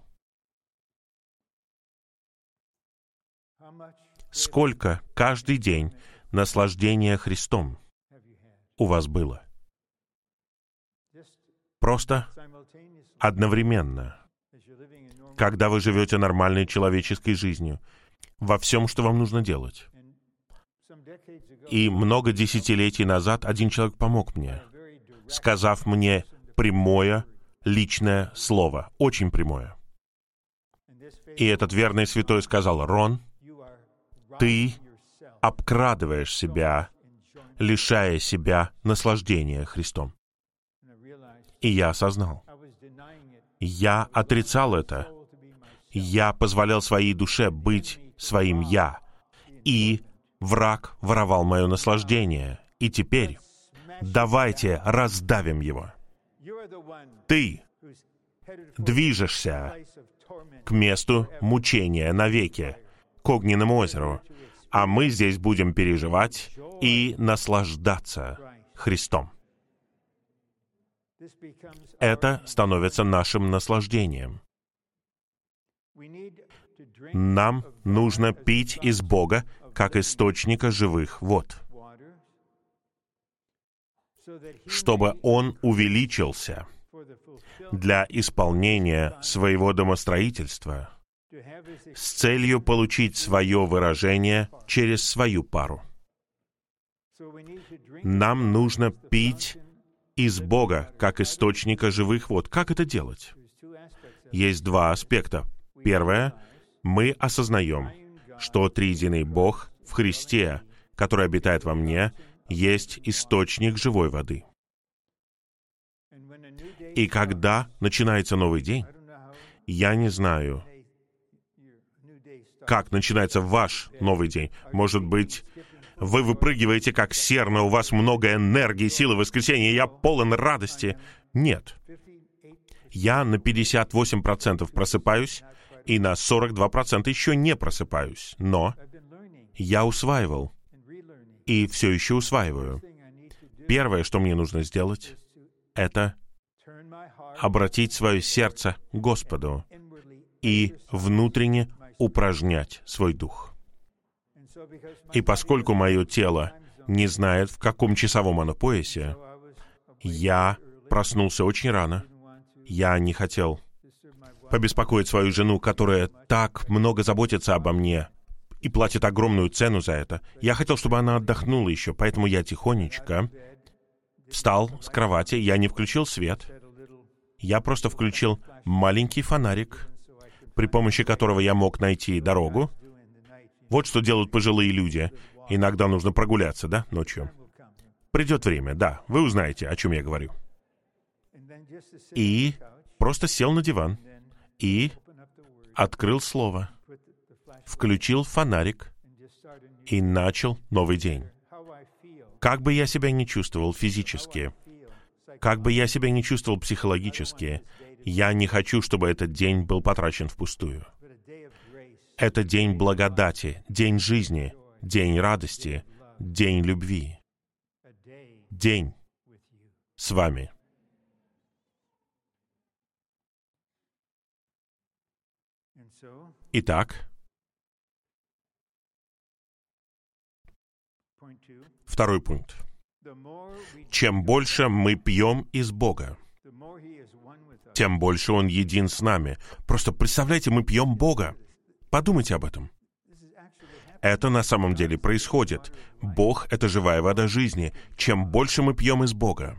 Speaker 1: сколько каждый день наслаждения Христом у вас было? Просто одновременно, когда вы живете нормальной человеческой жизнью, во всем, что вам нужно делать. И много десятилетий назад один человек помог мне, сказав мне прямое, личное слово, очень прямое. И этот верный святой сказал: «Рон, ты обкрадываешь себя, лишая себя наслаждения Христом». И я осознал. Я отрицал это. Я позволял своей душе быть своим «я». И враг воровал мое наслаждение. И теперь давайте раздавим его. Ты движешься к месту мучения навеки, к огненному озеру, а мы здесь будем переживать и наслаждаться Христом. Это становится нашим наслаждением. Нам нужно пить из Бога, как источника живых вод, чтобы Он увеличился для исполнения своего домостроительства с целью получить свое выражение через свою пару. Нам нужно пить из Бога, как источника живых вод. Как это делать? Есть два аспекта. Первое, мы осознаем, что триединый Бог в Христе, который обитает во мне, есть источник живой воды. И когда начинается новый день, я не знаю, как начинается ваш новый день. Может быть, вы выпрыгиваете как серна, у вас много энергии, силы, воскресенья, я полон радости. Нет. Я на пятьдесят восемь процентов просыпаюсь, и на сорок два процента еще не просыпаюсь. Но я усваивал, и все еще усваиваю. Первое, что мне нужно сделать, это обратить свое сердце к Господу и внутренне упражнять свой дух. И поскольку мое тело не знает, в каком часовом оно поясе, я проснулся очень рано. Я не хотел побеспокоить свою жену, которая так много заботится обо мне и платит огромную цену за это. Я хотел, чтобы она отдохнула еще, поэтому я тихонечко встал с кровати, я не включил свет, я просто включил маленький фонарик, при помощи которого я мог найти дорогу. Вот что делают пожилые люди. Иногда нужно прогуляться, да, ночью. Придет время, да, вы узнаете, о чем я говорю. И просто сел на диван и открыл Слово, включил фонарик и начал новый день. Как бы я себя ни чувствовал физически, как бы я себя ни чувствовал психологически, я не хочу, чтобы этот день был потрачен впустую. Это день благодати, день жизни, день радости, день любви. День с вами. Итак, второй пункт. Чем больше мы пьем из Бога, тем больше Он един с нами. Просто представляете, мы пьем Бога. Подумайте об этом. Это на самом деле происходит. Бог — это живая вода жизни. Чем больше мы пьем из Бога,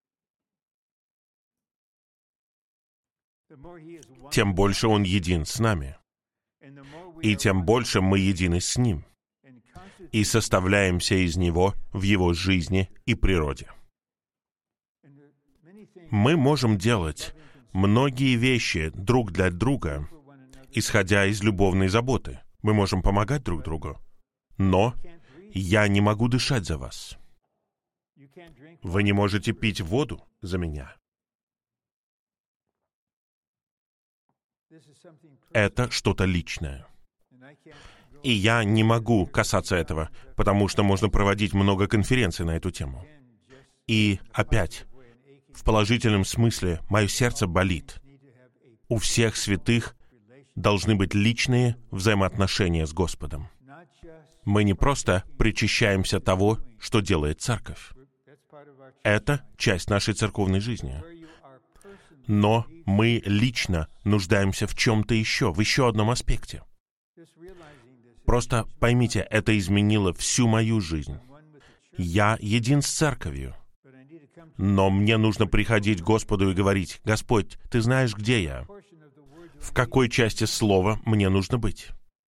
Speaker 1: тем больше Он един с нами. И тем больше мы едины с Ним. И составляемся из Него в Его жизни и природе. Мы можем делать многие вещи друг для друга, исходя из любовной заботы. Мы можем помогать друг другу. Но я не могу дышать за вас. Вы не можете пить воду за меня. Это что-то личное. И я не могу касаться этого, потому что можно проводить много конференций на эту тему. И опять, в положительном смысле, мое сердце болит. У всех святых должны быть личные взаимоотношения с Господом. Мы не просто причащаемся того, что делает Церковь. Это часть нашей церковной жизни. Но мы лично нуждаемся в чем-то еще, в еще одном аспекте. Просто поймите, это изменило всю мою жизнь. Я един с церковью, но мне нужно приходить к Господу и говорить: «Господь, Ты знаешь, где я? В какой части слова мне нужно быть?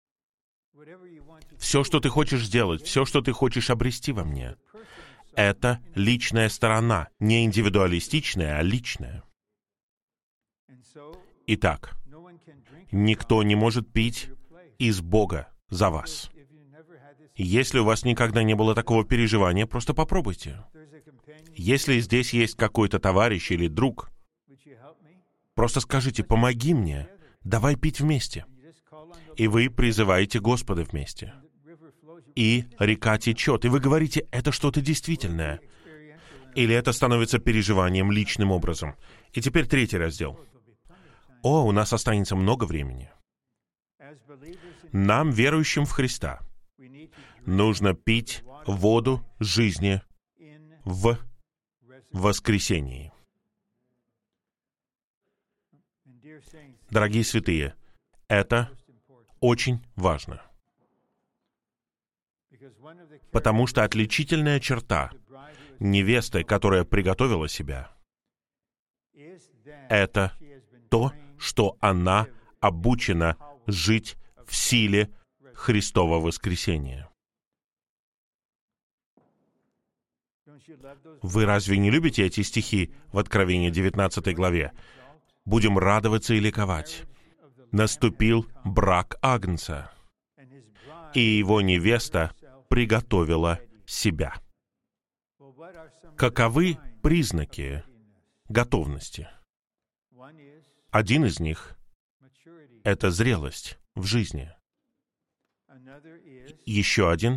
Speaker 1: Все, что Ты хочешь сделать, все, что Ты хочешь обрести во мне, это личная сторона, не индивидуалистичная, а личная». Итак, никто не может пить из Бога за вас. Если у вас никогда не было такого переживания, просто попробуйте. Если здесь есть какой-то товарищ или друг, просто скажите: «Помоги мне, давай пить вместе». И вы призываете Господа вместе. И река течет, и вы говорите: «Это что-то действительное». Или это становится переживанием личным образом. И теперь третий раздел. О, у нас останется много времени. Нам, верующим в Христа, нужно пить воду жизни в воскресении. Дорогие святые, это очень важно. Потому что отличительная черта невесты, которая приготовила себя, это то, что она обучена жить в силе Христова воскресения. Вы разве не любите эти стихи в Откровении девятнадцатой главе? «Будем радоваться и ликовать. Наступил брак Агнца, и его невеста приготовила себя». Каковы признаки готовности? Один из них — это зрелость в жизни. Еще один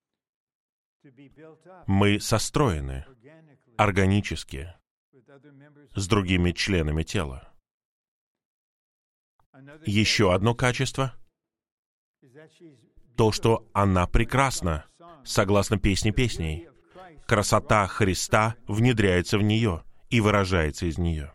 Speaker 1: — мы состроены органически с другими членами тела. Еще одно качество — то, что она прекрасна, согласно песне песней. Красота Христа внедряется в нее и выражается из нее.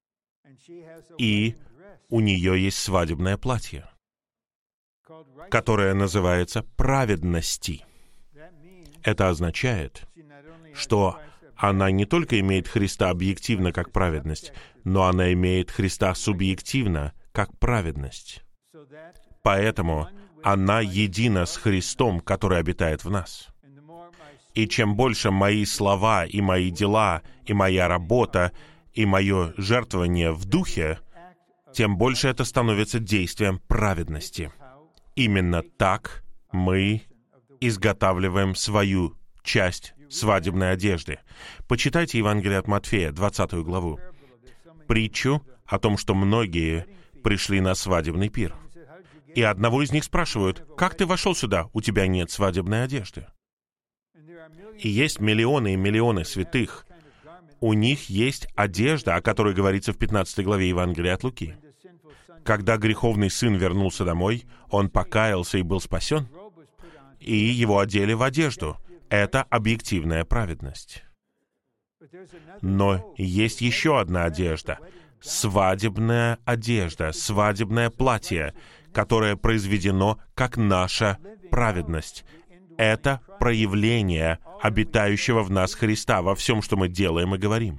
Speaker 1: И у нее есть свадебное платье, которое называется праведности. Это означает, что она не только имеет Христа объективно как праведность, но она имеет Христа субъективно как праведность. Поэтому она едина с Христом, который обитает в нас. И чем больше мои слова и мои дела, и моя работа, и мое жертвование в духе, тем больше это становится действием праведности. Именно так мы изготавливаем свою часть свадебной одежды. Почитайте Евангелие от Матфея, двадцатую главу. Притчу о том, что многие пришли на свадебный пир. И одного из них спрашивают: «Как ты вошел сюда? У тебя нет свадебной одежды». И есть миллионы и миллионы святых. У них есть одежда, о которой говорится в пятнадцатой главе Евангелия от Луки. Когда греховный сын вернулся домой, он покаялся и был спасен, и его одели в одежду. Это объективная праведность. Но есть еще одна одежда. Свадебная одежда, свадебное платье, которое произведено как наша праведность. Это проявление обитающего в нас Христа во всем, что мы делаем и говорим.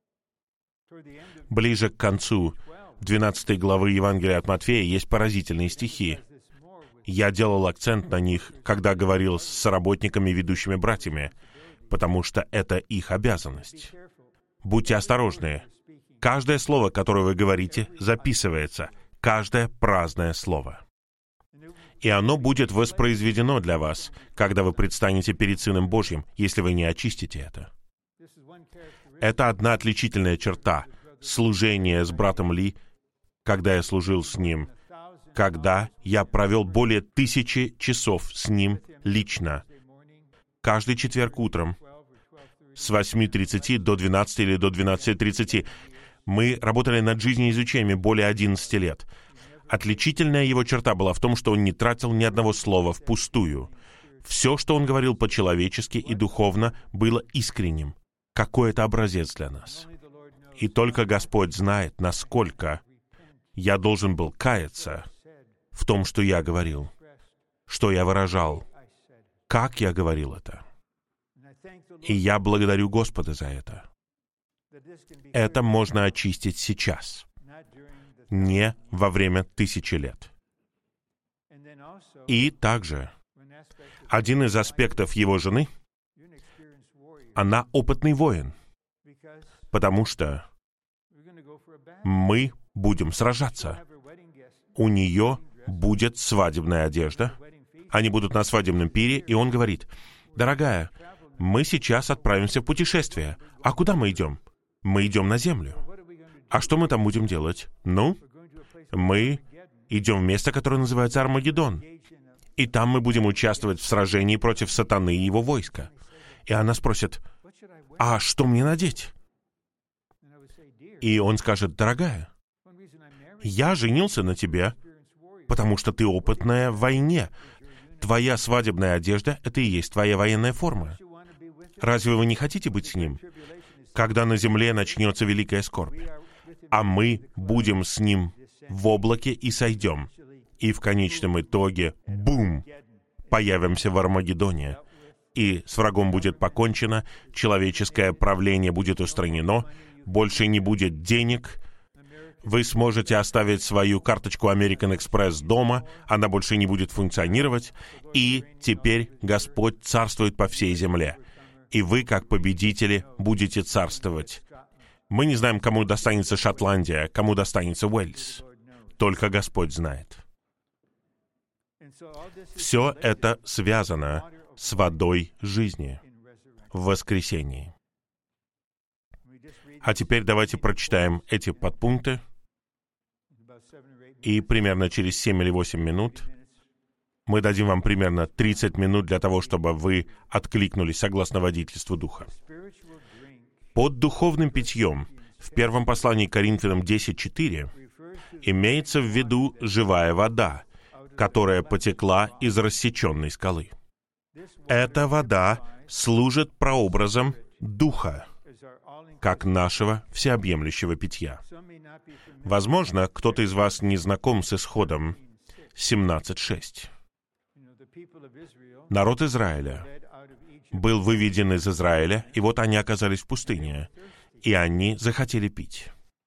Speaker 1: Ближе к концу двенадцатой главы Евангелия от Матфея есть поразительные стихи. Я делал акцент на них, когда говорил с работниками и ведущими братьями, потому что это их обязанность. Будьте осторожны. Каждое слово, которое вы говорите, записывается. Каждое праздное слово. И оно будет воспроизведено для вас, когда вы предстанете перед Сыном Божьим, если вы не очистите это. Это одна отличительная черта служения с братом Ли, когда я служил с ним, когда я провел более тысячи часов с ним лично. Каждый четверг утром с восьми тридцати до двенадцати или до двенадцати тридцати мы работали над жизнеизучениями более одиннадцати лет. Отличительная его черта была в том, что он не тратил ни одного слова впустую. Все, что он говорил по-человечески и духовно, было искренним. Какой это образец для нас. И только Господь знает, насколько я должен был каяться в том, что я говорил, что я выражал, как я говорил это. И я благодарю Господа за это. Это можно очистить сейчас, не во время тысячи лет. И также один из аспектов его жены, она опытный воин, потому что мы будем сражаться. У нее будет свадебная одежда, они будут на свадебном пире, и он говорит: «Дорогая, мы сейчас отправимся в путешествие. А куда мы идем? Мы идем на землю. А что мы там будем делать? Ну, мы идем в место, которое называется Армагеддон. И там мы будем участвовать в сражении против сатаны и его войска». И она спросит: «А что мне надеть?» И он скажет: «Дорогая, я женился на тебе, потому что ты опытная в войне. Твоя свадебная одежда — это и есть твоя военная форма. Разве вы не хотите быть с ним, когда на земле начнется великая скорбь? А мы будем с ним в облаке и сойдем. И в конечном итоге, бум, появимся в Армагеддоне. И с врагом будет покончено, человеческое правление будет устранено, больше не будет денег, вы сможете оставить свою карточку American Express дома, она больше не будет функционировать, и теперь Господь царствует по всей земле. И вы, как победители, будете царствовать. Мы не знаем, кому достанется Шотландия, кому достанется Уэльс. Только Господь знает. Все это связано с водой жизни в воскресении. А теперь давайте прочитаем эти подпункты, и примерно через семь или восемь минут мы дадим вам примерно тридцать минут для того, чтобы вы откликнулись согласно водительству Духа. Под духовным питьем в первом послании к Коринфянам десять четыре имеется в виду живая вода, которая потекла из рассеченной скалы. Эта вода служит прообразом Духа, как нашего всеобъемлющего питья. Возможно, кто-то из вас не знаком с исходом семнадцать шесть. Народ Израиля был выведен из Израиля, и вот они оказались в пустыне, и они захотели пить.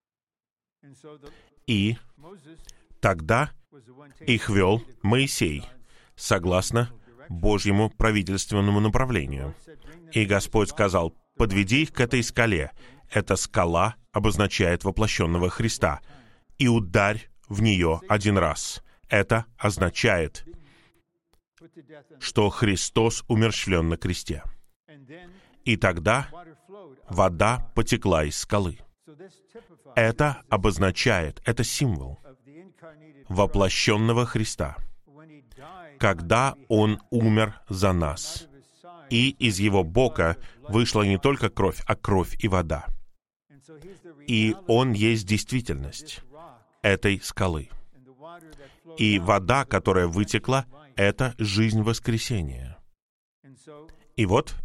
Speaker 1: И тогда их вел Моисей, согласно Божьему правительственному направлению. И Господь сказал: «Подведи их к этой скале». Эта скала обозначает воплощенного Христа. «И ударь в нее один раз». Это означает, что Христос умерщвлен на кресте. И тогда вода потекла из скалы. Это обозначает, это символ воплощенного Христа, когда Он умер за нас. И из Его бока вышла не только кровь, а кровь и вода. И Он есть действительность этой скалы. И вода, которая вытекла, это жизнь воскресения. И вот,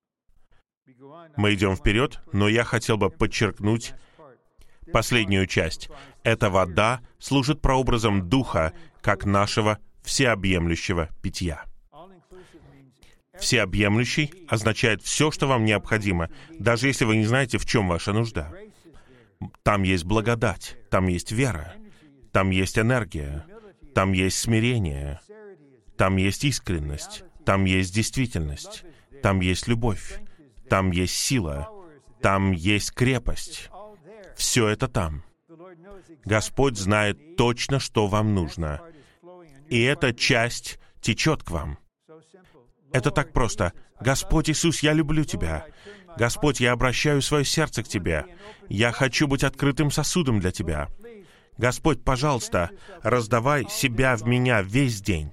Speaker 1: мы идем вперед, но я хотел бы подчеркнуть последнюю часть. Эта вода служит прообразом Духа, как нашего всеобъемлющего питья. Всеобъемлющий означает все, что вам необходимо, даже если вы не знаете, в чем ваша нужда. Там есть благодать, там есть вера, там есть энергия, там есть смирение, там есть искренность, там есть действительность, там есть любовь, там есть сила, там есть крепость. Все это там. Господь знает точно, что вам нужно. И эта часть течет к вам. Это так просто. «Господь Иисус, я люблю Тебя. Господь, я обращаю свое сердце к Тебе. Я хочу быть открытым сосудом для Тебя. Господь, пожалуйста, раздавай себя в меня весь день».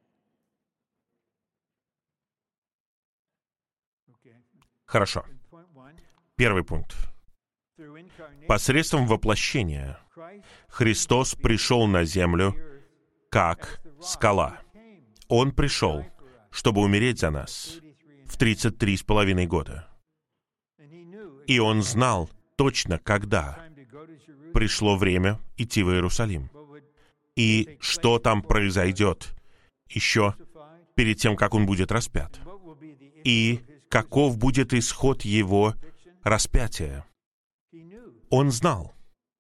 Speaker 1: Хорошо. Первый пункт. Посредством воплощения Христос пришел на землю как скала. Он пришел, чтобы умереть за нас в тридцать три с половиной года. И Он знал, точно, когда пришло время идти в Иерусалим. И что там произойдет еще перед тем, как он будет распят. И каков будет исход его распятия. Он знал.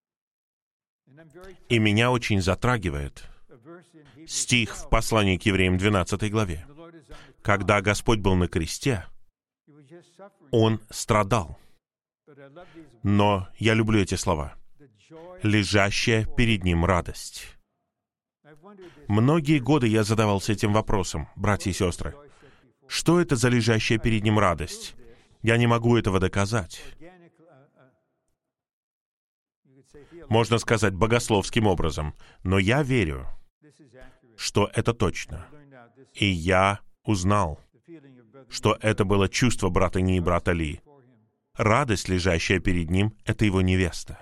Speaker 1: И меня очень затрагивает стих в послании к евреям двенадцатой главе. Когда Господь был на кресте, Он страдал. Но я люблю эти слова. «Лежащая перед Ним радость». Многие годы я задавался этим вопросом, братья и сестры. Что это за лежащая перед Ним радость? Я не могу этого доказать. Можно сказать, богословским образом. Но я верю, что это точно. И я узнал, что это было чувство брата Ни и брата Ли. Радость, лежащая перед ним, — это его невеста.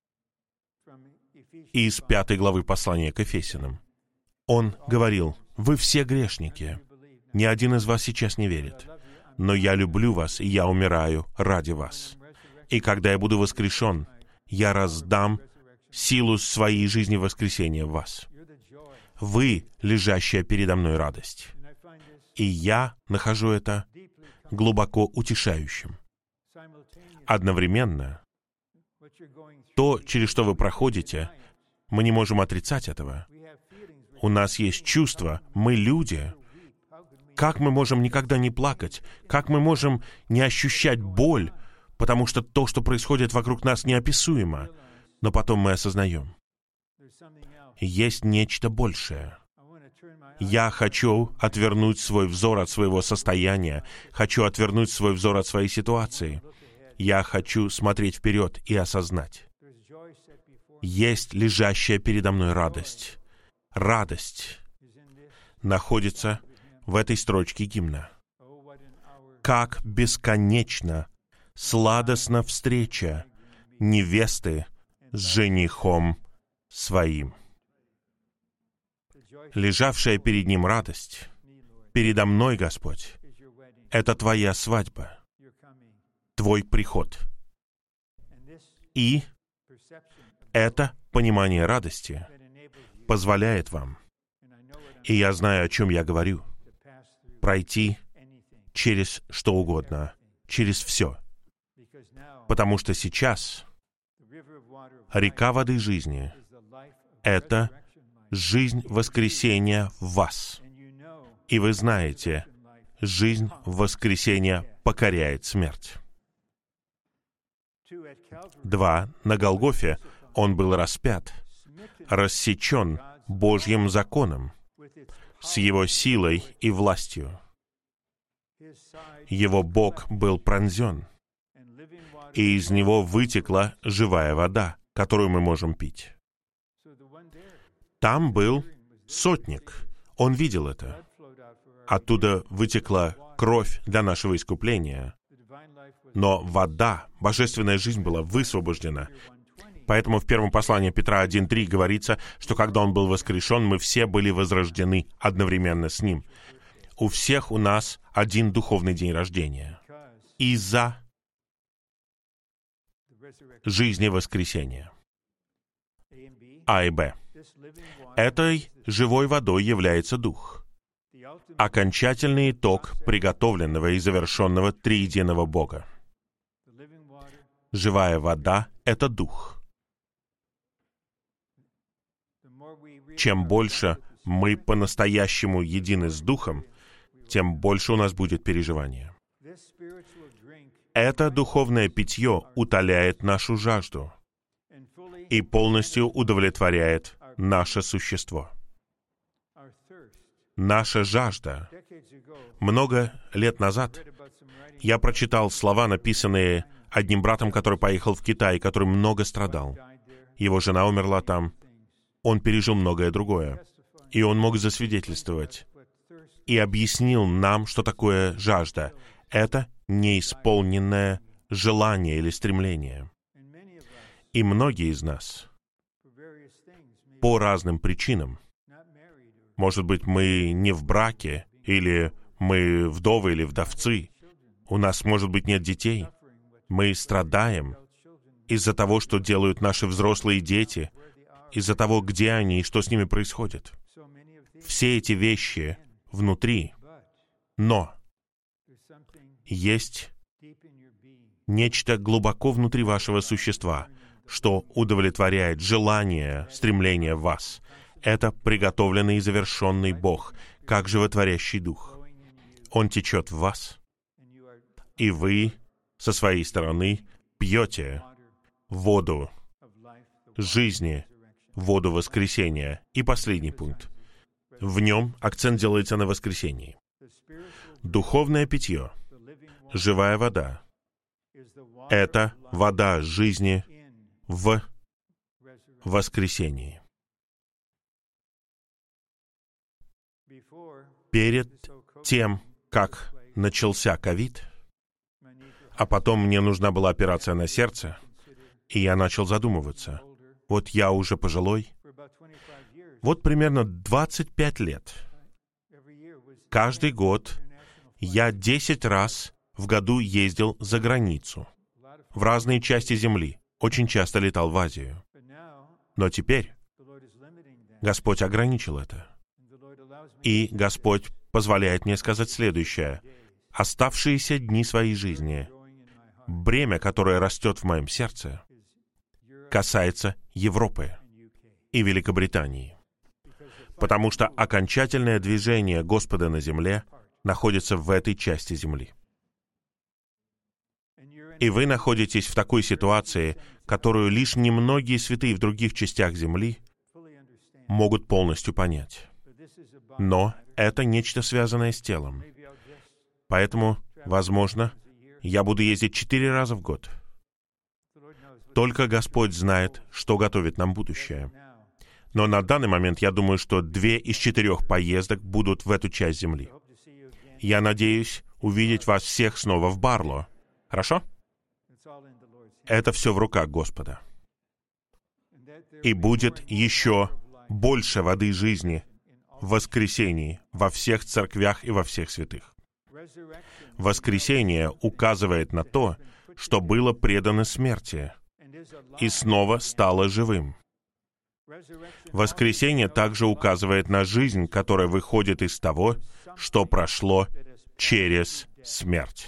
Speaker 1: Из пятой главы послания к Ефесянам. Он говорил: «Вы все грешники. Ни один из вас сейчас не верит. Но я люблю вас, и я умираю ради вас. И когда я буду воскрешен, я раздам силу своей жизни воскресения в вас. Вы — лежащая передо мной радость». И я нахожу это глубоко утешающим. Одновременно, то, через что вы проходите, мы не можем отрицать этого. У нас есть чувства, мы люди. Как мы можем никогда не плакать? Как мы можем не ощущать боль? Потому что то, что происходит вокруг нас, неописуемо. Но потом мы осознаем. Есть нечто большее. Я хочу отвернуть свой взор от своего состояния. Хочу отвернуть свой взор от своей ситуации. Я хочу смотреть вперед и осознать. Есть лежащая передо мной радость. Радость находится в этой строчке гимна. Как бесконечно, сладостна встреча невесты с женихом своим. Лежавшая перед ним радость, передо мной, Господь, это Твоя свадьба, Твой приход. И это понимание радости позволяет вам, и я знаю, о чем я говорю, пройти через что угодно, через все. Потому что сейчас река воды жизни — это жизнь воскресения в вас. И вы знаете, жизнь воскресения покоряет смерть. Два. На Голгофе Он был распят, рассечен Божьим законом, с Его силой и властью. Его бок был пронзен, и из Него вытекла живая вода, которую мы можем пить. Там был сотник. Он видел это. Оттуда вытекла кровь для нашего искупления. Но вода, божественная жизнь была высвобождена. Поэтому в первом послании Петра один три говорится, что когда Он был воскрешен, мы все были возрождены одновременно с Ним. У всех у нас один духовный день рождения. Из-за жизни воскресения. А и Б. Этой живой водой является Дух. Окончательный итог приготовленного и завершенного триединого Бога. Живая вода — это Дух. Чем больше мы по-настоящему едины с Духом, тем больше у нас будет переживания. Это духовное питье утоляет нашу жажду и полностью удовлетворяет наше существо. Наша жажда. Много лет назад я прочитал слова, написанные одним братом, который поехал в Китай, который много страдал. Его жена умерла там. Он пережил многое другое. И он мог засвидетельствовать. И объяснил нам, что такое жажда. Это неисполненное желание или стремление. И многие из нас по разным причинам, может быть, мы не в браке, или мы вдовы или вдовцы, у нас, может быть, нет детей, мы страдаем из-за того, что делают наши взрослые дети, из-за того, где они и что с ними происходит. Все эти вещи внутри, но есть нечто глубоко внутри вашего существа, что удовлетворяет желание, стремление в вас. Это приготовленный и завершенный Бог, как животворящий Дух. Он течет в вас, и вы со своей стороны пьете воду жизни, воду воскресения. И последний пункт. В нем акцент делается на воскресении. Духовное питье, живая вода, это вода жизни в воскресении. Перед тем, как начался ковид, а потом мне нужна была операция на сердце, и я начал задумываться. Вот я уже пожилой. Вот примерно двадцать пять лет. Каждый год я десять раз в году ездил за границу, в разные части Земли. Очень часто летал в Азию. Но теперь Господь ограничил это. И Господь позволяет мне сказать следующее. Оставшиеся дни своей жизни, бремя, которое растет в моем сердце, касается Европы и Великобритании. Потому что окончательное движение Господа на земле находится в этой части земли. И вы находитесь в такой ситуации, которую лишь немногие святые в других частях земли могут полностью понять. Но это нечто связанное с телом. Поэтому, возможно, я буду ездить четыре раза в год. Только Господь знает, что готовит нам будущее. Но на данный момент я думаю, что две из четырех поездок будут в эту часть земли. Я надеюсь увидеть вас всех снова в Барло. Хорошо? Это все в руках Господа. И будет еще больше воды жизни в воскресении во всех церквях и во всех святых. Воскресение указывает на то, что было предано смерти и снова стало живым. Воскресение также указывает на жизнь, которая выходит из того, что прошло через смерть.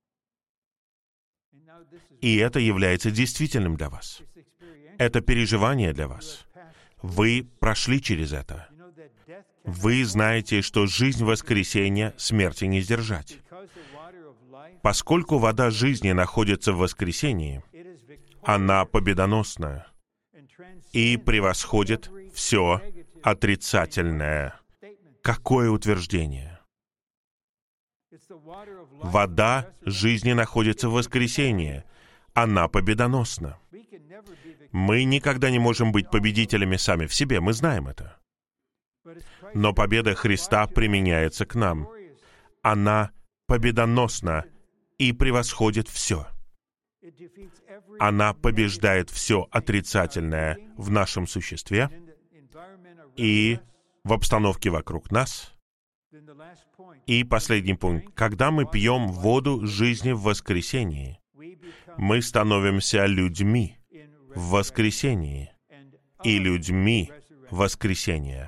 Speaker 1: И это является действительным для вас. Это переживание для вас. Вы прошли через это. Вы знаете, что жизнь воскресения смерти не сдержать. Поскольку вода жизни находится в воскресении, она победоносна и превосходит все отрицательное. Какое утверждение! Вода жизни находится в воскресении. Она победоносна. Мы никогда не можем быть победителями сами в себе, мы знаем это. Но победа Христа применяется к нам. Она победоносна и превосходит все. Она побеждает все отрицательное в нашем существе и в обстановке вокруг нас. И последний пункт. Когда мы пьем воду жизни в воскресении, мы становимся людьми в воскресении и людьми воскресения.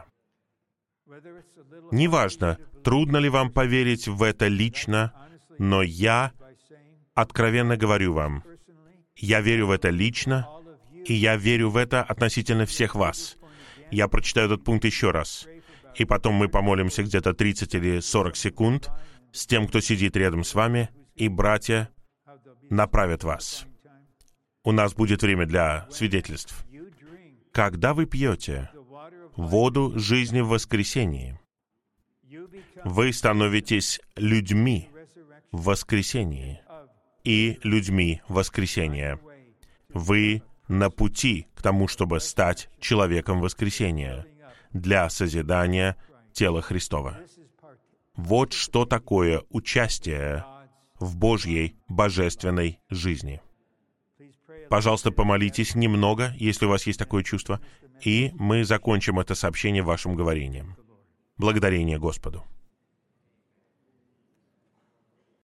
Speaker 1: Неважно, трудно ли вам поверить в это лично, но я откровенно говорю вам, я верю в это лично, и я верю в это относительно всех вас. Я прочитаю этот пункт еще раз, и потом мы помолимся где-то тридцать или сорок секунд с тем, кто сидит рядом с вами, и братья направят вас. У нас будет время для свидетельств. Когда вы пьете воду жизни в воскресении, вы становитесь людьми в воскресении и людьми воскресения. Вы на пути к тому, чтобы стать человеком воскресения для созидания тела Христова. Вот что такое участие в Божьей божественной жизни. Пожалуйста, помолитесь немного, если у вас есть такое чувство, и мы закончим это сообщение вашим говорением. Благодарение Господу.